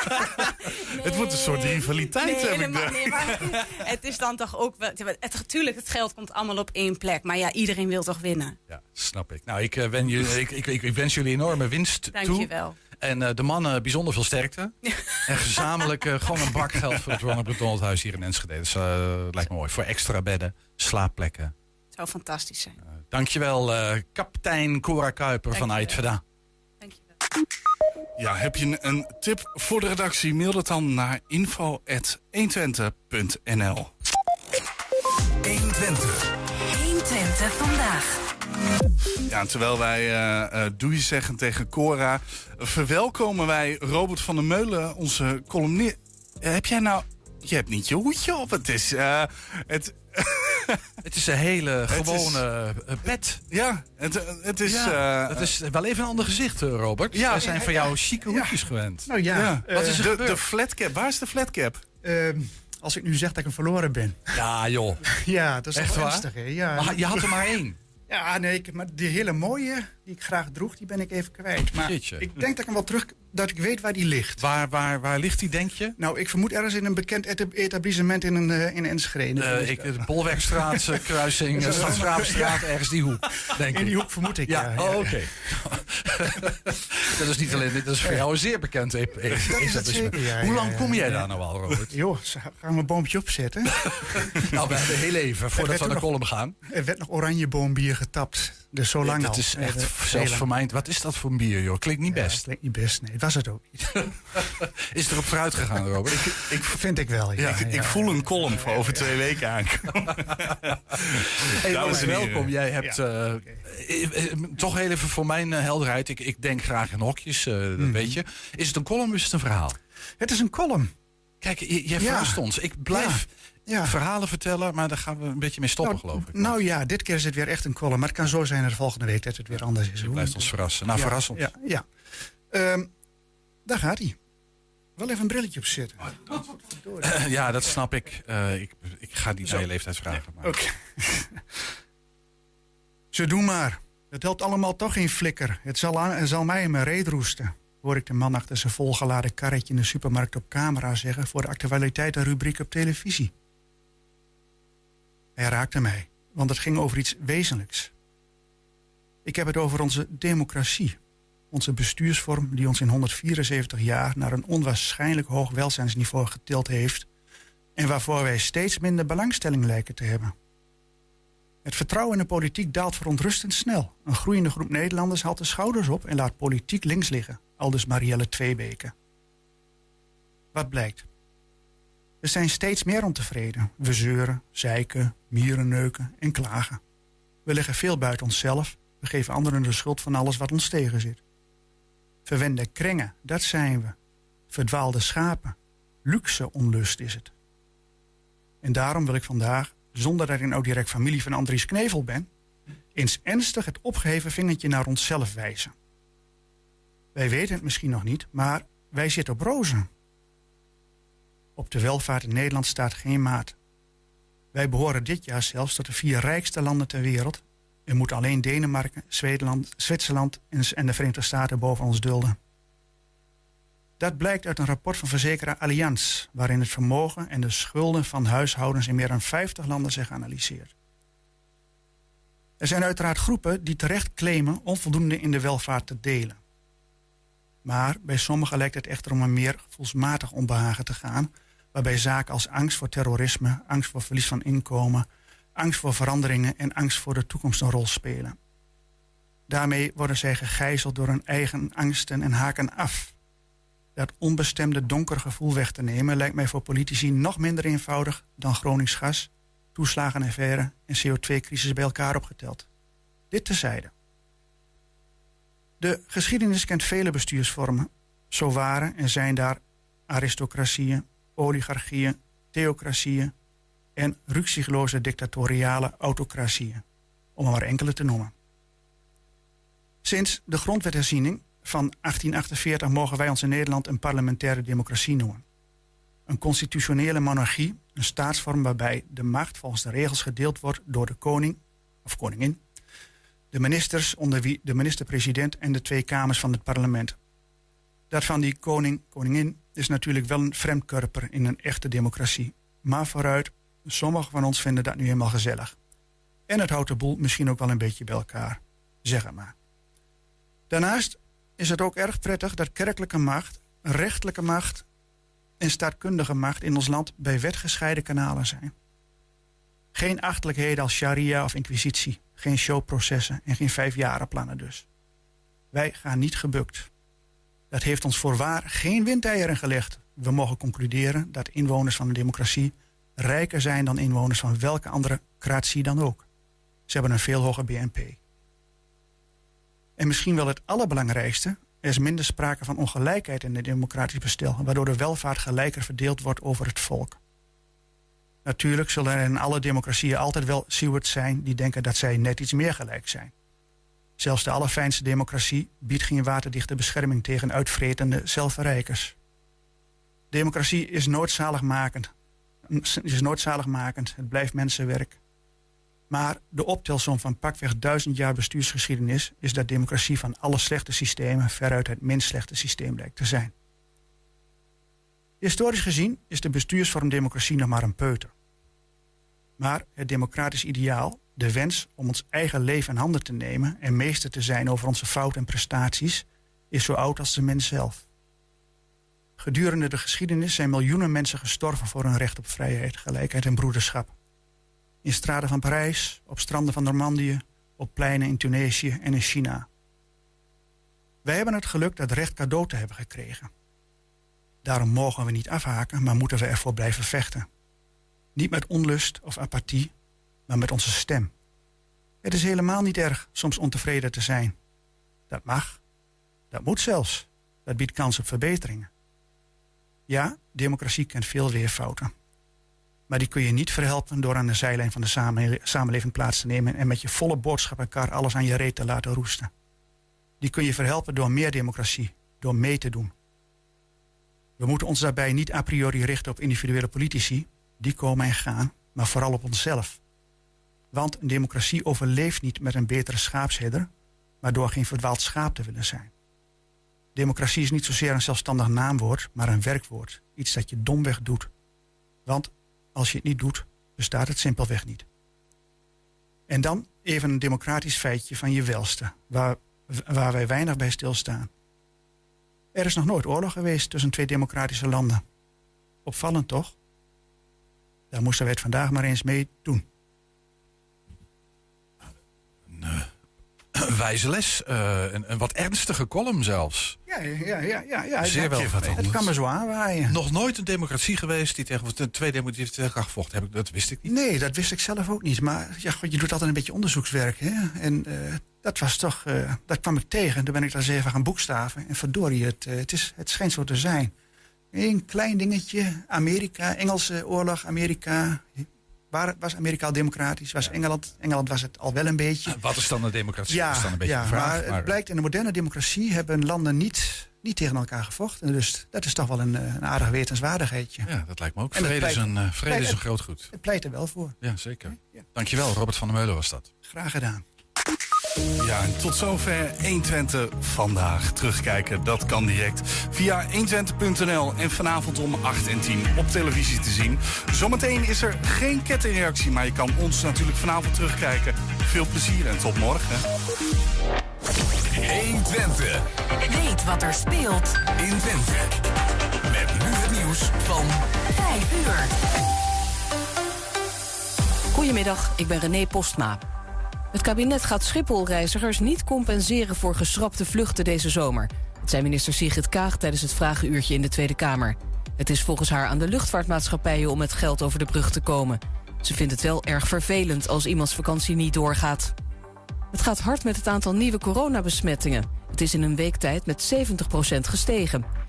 nee. Het wordt een soort rivaliteit, Nee, heb ik helemaal- de- nee, maar het is dan toch ook wel... Het, natuurlijk, het geld komt allemaal op één plek. Maar ja, iedereen wil toch winnen. Ja, snap ik. Nou, ik, uh, wen jullie, ik, ik, ik, ik wens jullie enorme winst Dank toe. je wel. En uh, de mannen bijzonder veel sterkte. En gezamenlijk uh, gewoon een bak geld voor het Ronald McDonald Huis hier in Enschede. Dus uh, lijkt me mooi. Voor extra bedden, slaapplekken. Het zou fantastisch zijn. Uh, dankjewel, uh, kapitein Cora Kuiper van Aitveda. Ja, heb je een, een tip voor de redactie? Mail dat dan naar info at honderdtwintig punt n l. honderdtwintig. honderdtwintig vandaag. Ja, en terwijl wij uh, uh, doei zeggen tegen Cora, verwelkomen wij Robert van der Meulen, onze columnist. Uh, heb jij nou... Je hebt niet je hoedje op. Het is... Uh, het, het is een hele gewone is, pet. Ja, het, het is... Ja, uh, het is wel even een ander gezicht, Robert. Ja, Wij zijn ja, van ja, jou chique hoedjes ja. gewend. Nou ja. ja. Wat is er de, gebeurd? de flatcap. Waar is de flatcap? Uh, als ik nu zeg dat ik hem verloren ben. Ja, joh. Ja, dat is echt wel waar? ernstig, hè? Ja. Maar je had er maar één. Ja, nee, ik, maar die hele mooie die ik graag droeg, die ben ik even kwijt. Maar Jeetje. ik denk dat ik hem wel terug, dat ik weet waar die ligt. Waar, waar, waar ligt die, denk je? Nou, ik vermoed ergens in een bekend etab- etablissement in, een, uh, in Enschede. Uh, ik, de Bolwerkstraat, uh, kruising, uh, Stadsgraafstraat, ja. Ergens die hoek, denk in ik. die hoek vermoed ik, ja. ja. ja oh, oké. Okay. Dat is niet alleen, dat is voor jou een zeer bekend e- e- etablissement. Ja, Hoe lang ja, ja, kom jij ja. daar nou al, Robert? Joh, gaan we een boompje opzetten? Nou, we hebben heel even, voordat we naar de column gaan. Er werd nog oranjeboombier getapt. Dus zo lang nee, al. Dat is echt, nee, zelfs voor mij, wat is dat voor een bier, joh? Klinkt niet best. Ja, klinkt niet best, nee. Was het ook niet. Is er op vooruit gegaan, Robert? ik, ik vind ik wel, ja. ja, ja, ja. Ik voel een column voor over twee weken aankomen. Hey, Robert, welkom. Jij hebt ja. uh, toch heel even voor mijn uh, helderheid. Ik, ik denk graag in hokjes, uh, dat mm. weet je. Is het een column of is het een verhaal? Het is een column. Kijk, j- jij verrast ja. ons. Ik blijf ja. Ja. verhalen vertellen, maar daar gaan we een beetje mee stoppen, nou, geloof ik. Nou ja, dit keer is het weer echt een column. Maar het kan zo zijn dat de volgende week dat het weer anders is. Je blijft ons verrassen. Nou, ja, verras ons. Ja, ja. Um, daar gaat hij. Wel even een brilletje op zetten. Uh, ja, dat snap ik. Uh, ik. Ik ga die bij je leeftijd vragen. Oké. Okay. Zo, doe maar. Het helpt allemaal toch geen flikker. Het zal, aan, het zal mij in mijn reet roesten. Hoor ik de man achter zijn volgeladen karretje in de supermarkt op camera zeggen voor de actualiteitenrubriek op televisie. Hij raakte mij, want het ging over iets wezenlijks. Ik heb het over onze democratie. Onze bestuursvorm die ons in honderdvierenzeventig jaar naar een onwaarschijnlijk hoog welzijnsniveau getild heeft en waarvoor wij steeds minder belangstelling lijken te hebben. Het vertrouwen in de politiek daalt verontrustend snel. Een groeiende groep Nederlanders haalt de schouders op en laat politiek links liggen, aldus Marielle Tweebeke. Wat blijkt? We zijn steeds meer ontevreden. We zeuren, zeiken, mierenneuken en klagen. We liggen veel buiten onszelf. We geven anderen de schuld van alles wat ons tegenzit. Verwende krengen, dat zijn we. Verdwaalde schapen. Luxe onlust is het. En daarom wil ik vandaag, zonder dat ik nou direct familie van Andries Knevel ben, eens ernstig het opgeheven vingertje naar onszelf wijzen. Wij weten het misschien nog niet, maar wij zitten op rozen. Op de welvaart in Nederland staat geen maat. Wij behoren dit jaar zelfs tot de vier rijkste landen ter wereld en moeten alleen Denemarken, Zwitserland en de Verenigde Staten boven ons dulden. Dat blijkt uit een rapport van verzekeraar Allianz, waarin het vermogen en de schulden van huishoudens in meer dan vijftig landen zijn geanalyseerd. Er zijn uiteraard groepen die terecht claimen onvoldoende in de welvaart te delen. Maar bij sommigen lijkt het echter om een meer gevoelsmatig onbehagen te gaan, waarbij zaken als angst voor terrorisme, angst voor verlies van inkomen, angst voor veranderingen en angst voor de toekomst een rol spelen. Daarmee worden zij gegijzeld door hun eigen angsten en haken af. Dat onbestemde donker gevoel weg te nemen lijkt mij voor politici nog minder eenvoudig dan Gronings gas, toeslagenaffaire en C O twee crisis bij elkaar opgeteld. Dit terzijde. De geschiedenis kent vele bestuursvormen. Zo waren en zijn daar aristocratieën, oligarchieën, theocratieën en ruksigloze dictatoriale autocratieën, om er maar enkele te noemen. Sinds de grondwetherziening van achttien achtenveertig mogen wij ons in Nederland een parlementaire democratie noemen. Een constitutionele monarchie, een staatsvorm waarbij de macht volgens de regels gedeeld wordt door de koning of koningin, de ministers onder wie de minister-president en de twee kamers van het parlement. Dat van die koning, koningin is natuurlijk wel een vreemdkörper in een echte democratie. Maar vooruit, sommigen van ons vinden dat nu helemaal gezellig. En het houdt de boel misschien ook wel een beetje bij elkaar. Zeg het maar. Daarnaast is het ook erg prettig dat kerkelijke macht, rechtelijke macht en staatkundige macht in ons land bij wet gescheiden kanalen zijn. Geen achterlijkheden als sharia of inquisitie, geen showprocessen en geen vijfjarenplannen dus. Wij gaan niet gebukt. Dat heeft ons voorwaar geen windeieren gelegd. We mogen concluderen dat inwoners van de democratie rijker zijn dan inwoners van welke andere kratie dan ook. Ze hebben een veel hoger B N P. En misschien wel het allerbelangrijkste, er is minder sprake van ongelijkheid in het democratisch bestel, waardoor de welvaart gelijker verdeeld wordt over het volk. Natuurlijk zullen er in alle democratieën altijd wel stewards zijn die denken dat zij net iets meer gelijk zijn. Zelfs de allerfijnste democratie biedt geen waterdichte bescherming tegen uitvretende zelfverrijkers. Democratie is nooit zaligmakend. is nooit zaligmakend. Het blijft mensenwerk. Maar de optelsom van pakweg duizend jaar bestuursgeschiedenis is dat democratie van alle slechte systemen veruit het minst slechte systeem lijkt te zijn. Historisch gezien is de bestuursvorm democratie nog maar een peuter. Maar het democratisch ideaal, de wens om ons eigen leven in handen te nemen en meester te zijn over onze fouten en prestaties, is zo oud als de mens zelf. Gedurende de geschiedenis zijn miljoenen mensen gestorven voor hun recht op vrijheid, gelijkheid en broederschap. In straten van Parijs, op stranden van Normandië, op pleinen in Tunesië en in China. Wij hebben het geluk dat recht cadeau te hebben gekregen. Daarom mogen we niet afhaken, maar moeten we ervoor blijven vechten. Niet met onlust of apathie, maar met onze stem. Het is helemaal niet erg soms ontevreden te zijn. Dat mag. Dat moet zelfs. Dat biedt kans op verbeteringen. Ja, democratie kent veel weerfouten. Maar die kun je niet verhelpen door aan de zijlijn van de samenle- samenleving plaats te nemen en met je volle boodschappenkar alles aan je reet te laten roesten. Die kun je verhelpen door meer democratie, door mee te doen. We moeten ons daarbij niet a priori richten op individuele politici, die komen en gaan, maar vooral op onszelf. Want een democratie overleeft niet met een betere schaapsherder, maar door geen verdwaald schaap te willen zijn. Democratie is niet zozeer een zelfstandig naamwoord, maar een werkwoord. Iets dat je domweg doet. Want als je het niet doet, bestaat het simpelweg niet. En dan even een democratisch feitje van je welste, waar, waar wij weinig bij stilstaan. Er is nog nooit oorlog geweest tussen twee democratische landen. Opvallend toch? Daar moesten wij het vandaag maar eens mee doen. Een wijze les, uh, een, een wat ernstige column zelfs. Ja, ja, ja, ja, ja. Zeer wel wat Het kan me zo aanwaaien. Nog nooit een democratie geweest die tegen twee democratieën tegen elkaar gevochten. Heb ik, dat wist ik niet. Nee, dat wist ik zelf ook niet. Maar ja, je doet altijd een beetje onderzoekswerk. Hè? En uh, dat was toch, uh, dat kwam ik tegen. Toen ben ik daar eens even gaan boekstaven. En verdorie, het, uh, het, is, het schijnt zo te zijn. Eén klein dingetje. Amerika, Engelse oorlog, Amerika. Waar was Amerika al democratisch? Was Engeland, Engeland was het al wel een beetje. Wat is dan een democratie? Ja, dat is dan een beetje ja, een vraag, maar, maar het blijkt in de moderne democratie hebben landen niet, niet tegen elkaar gevochten. Dus dat is toch wel een, een aardig wetenswaardigheidje. Ja, dat lijkt me ook. Vrede, is een, uh, vrede pleit, is een groot goed. Het pleit er wel voor. Ja, zeker. Ja. Dankjewel, Robert van der Meulen was dat. Graag gedaan. Ja, en tot zover honderdtwintig vandaag. Terugkijken, dat kan direct via honderdtwintig punt n l en vanavond om acht en tien op televisie te zien. Zometeen is er geen kettingreactie, maar je kan ons natuurlijk vanavond terugkijken. Veel plezier en tot morgen. honderdtwintig. Weet wat er speelt in Twente. Met nu het nieuws van vijf uur. Goedemiddag, ik ben René Postma. Het kabinet gaat Schiphol-reizigers niet compenseren voor geschrapte vluchten deze zomer. Dat zei minister Sigrid Kaag tijdens het vragenuurtje in de Tweede Kamer. Het is volgens haar aan de luchtvaartmaatschappijen om met geld over de brug te komen. Ze vindt het wel erg vervelend als iemands vakantie niet doorgaat. Het gaat hard met het aantal nieuwe coronabesmettingen. Het is in een week tijd met zeventig procent gestegen.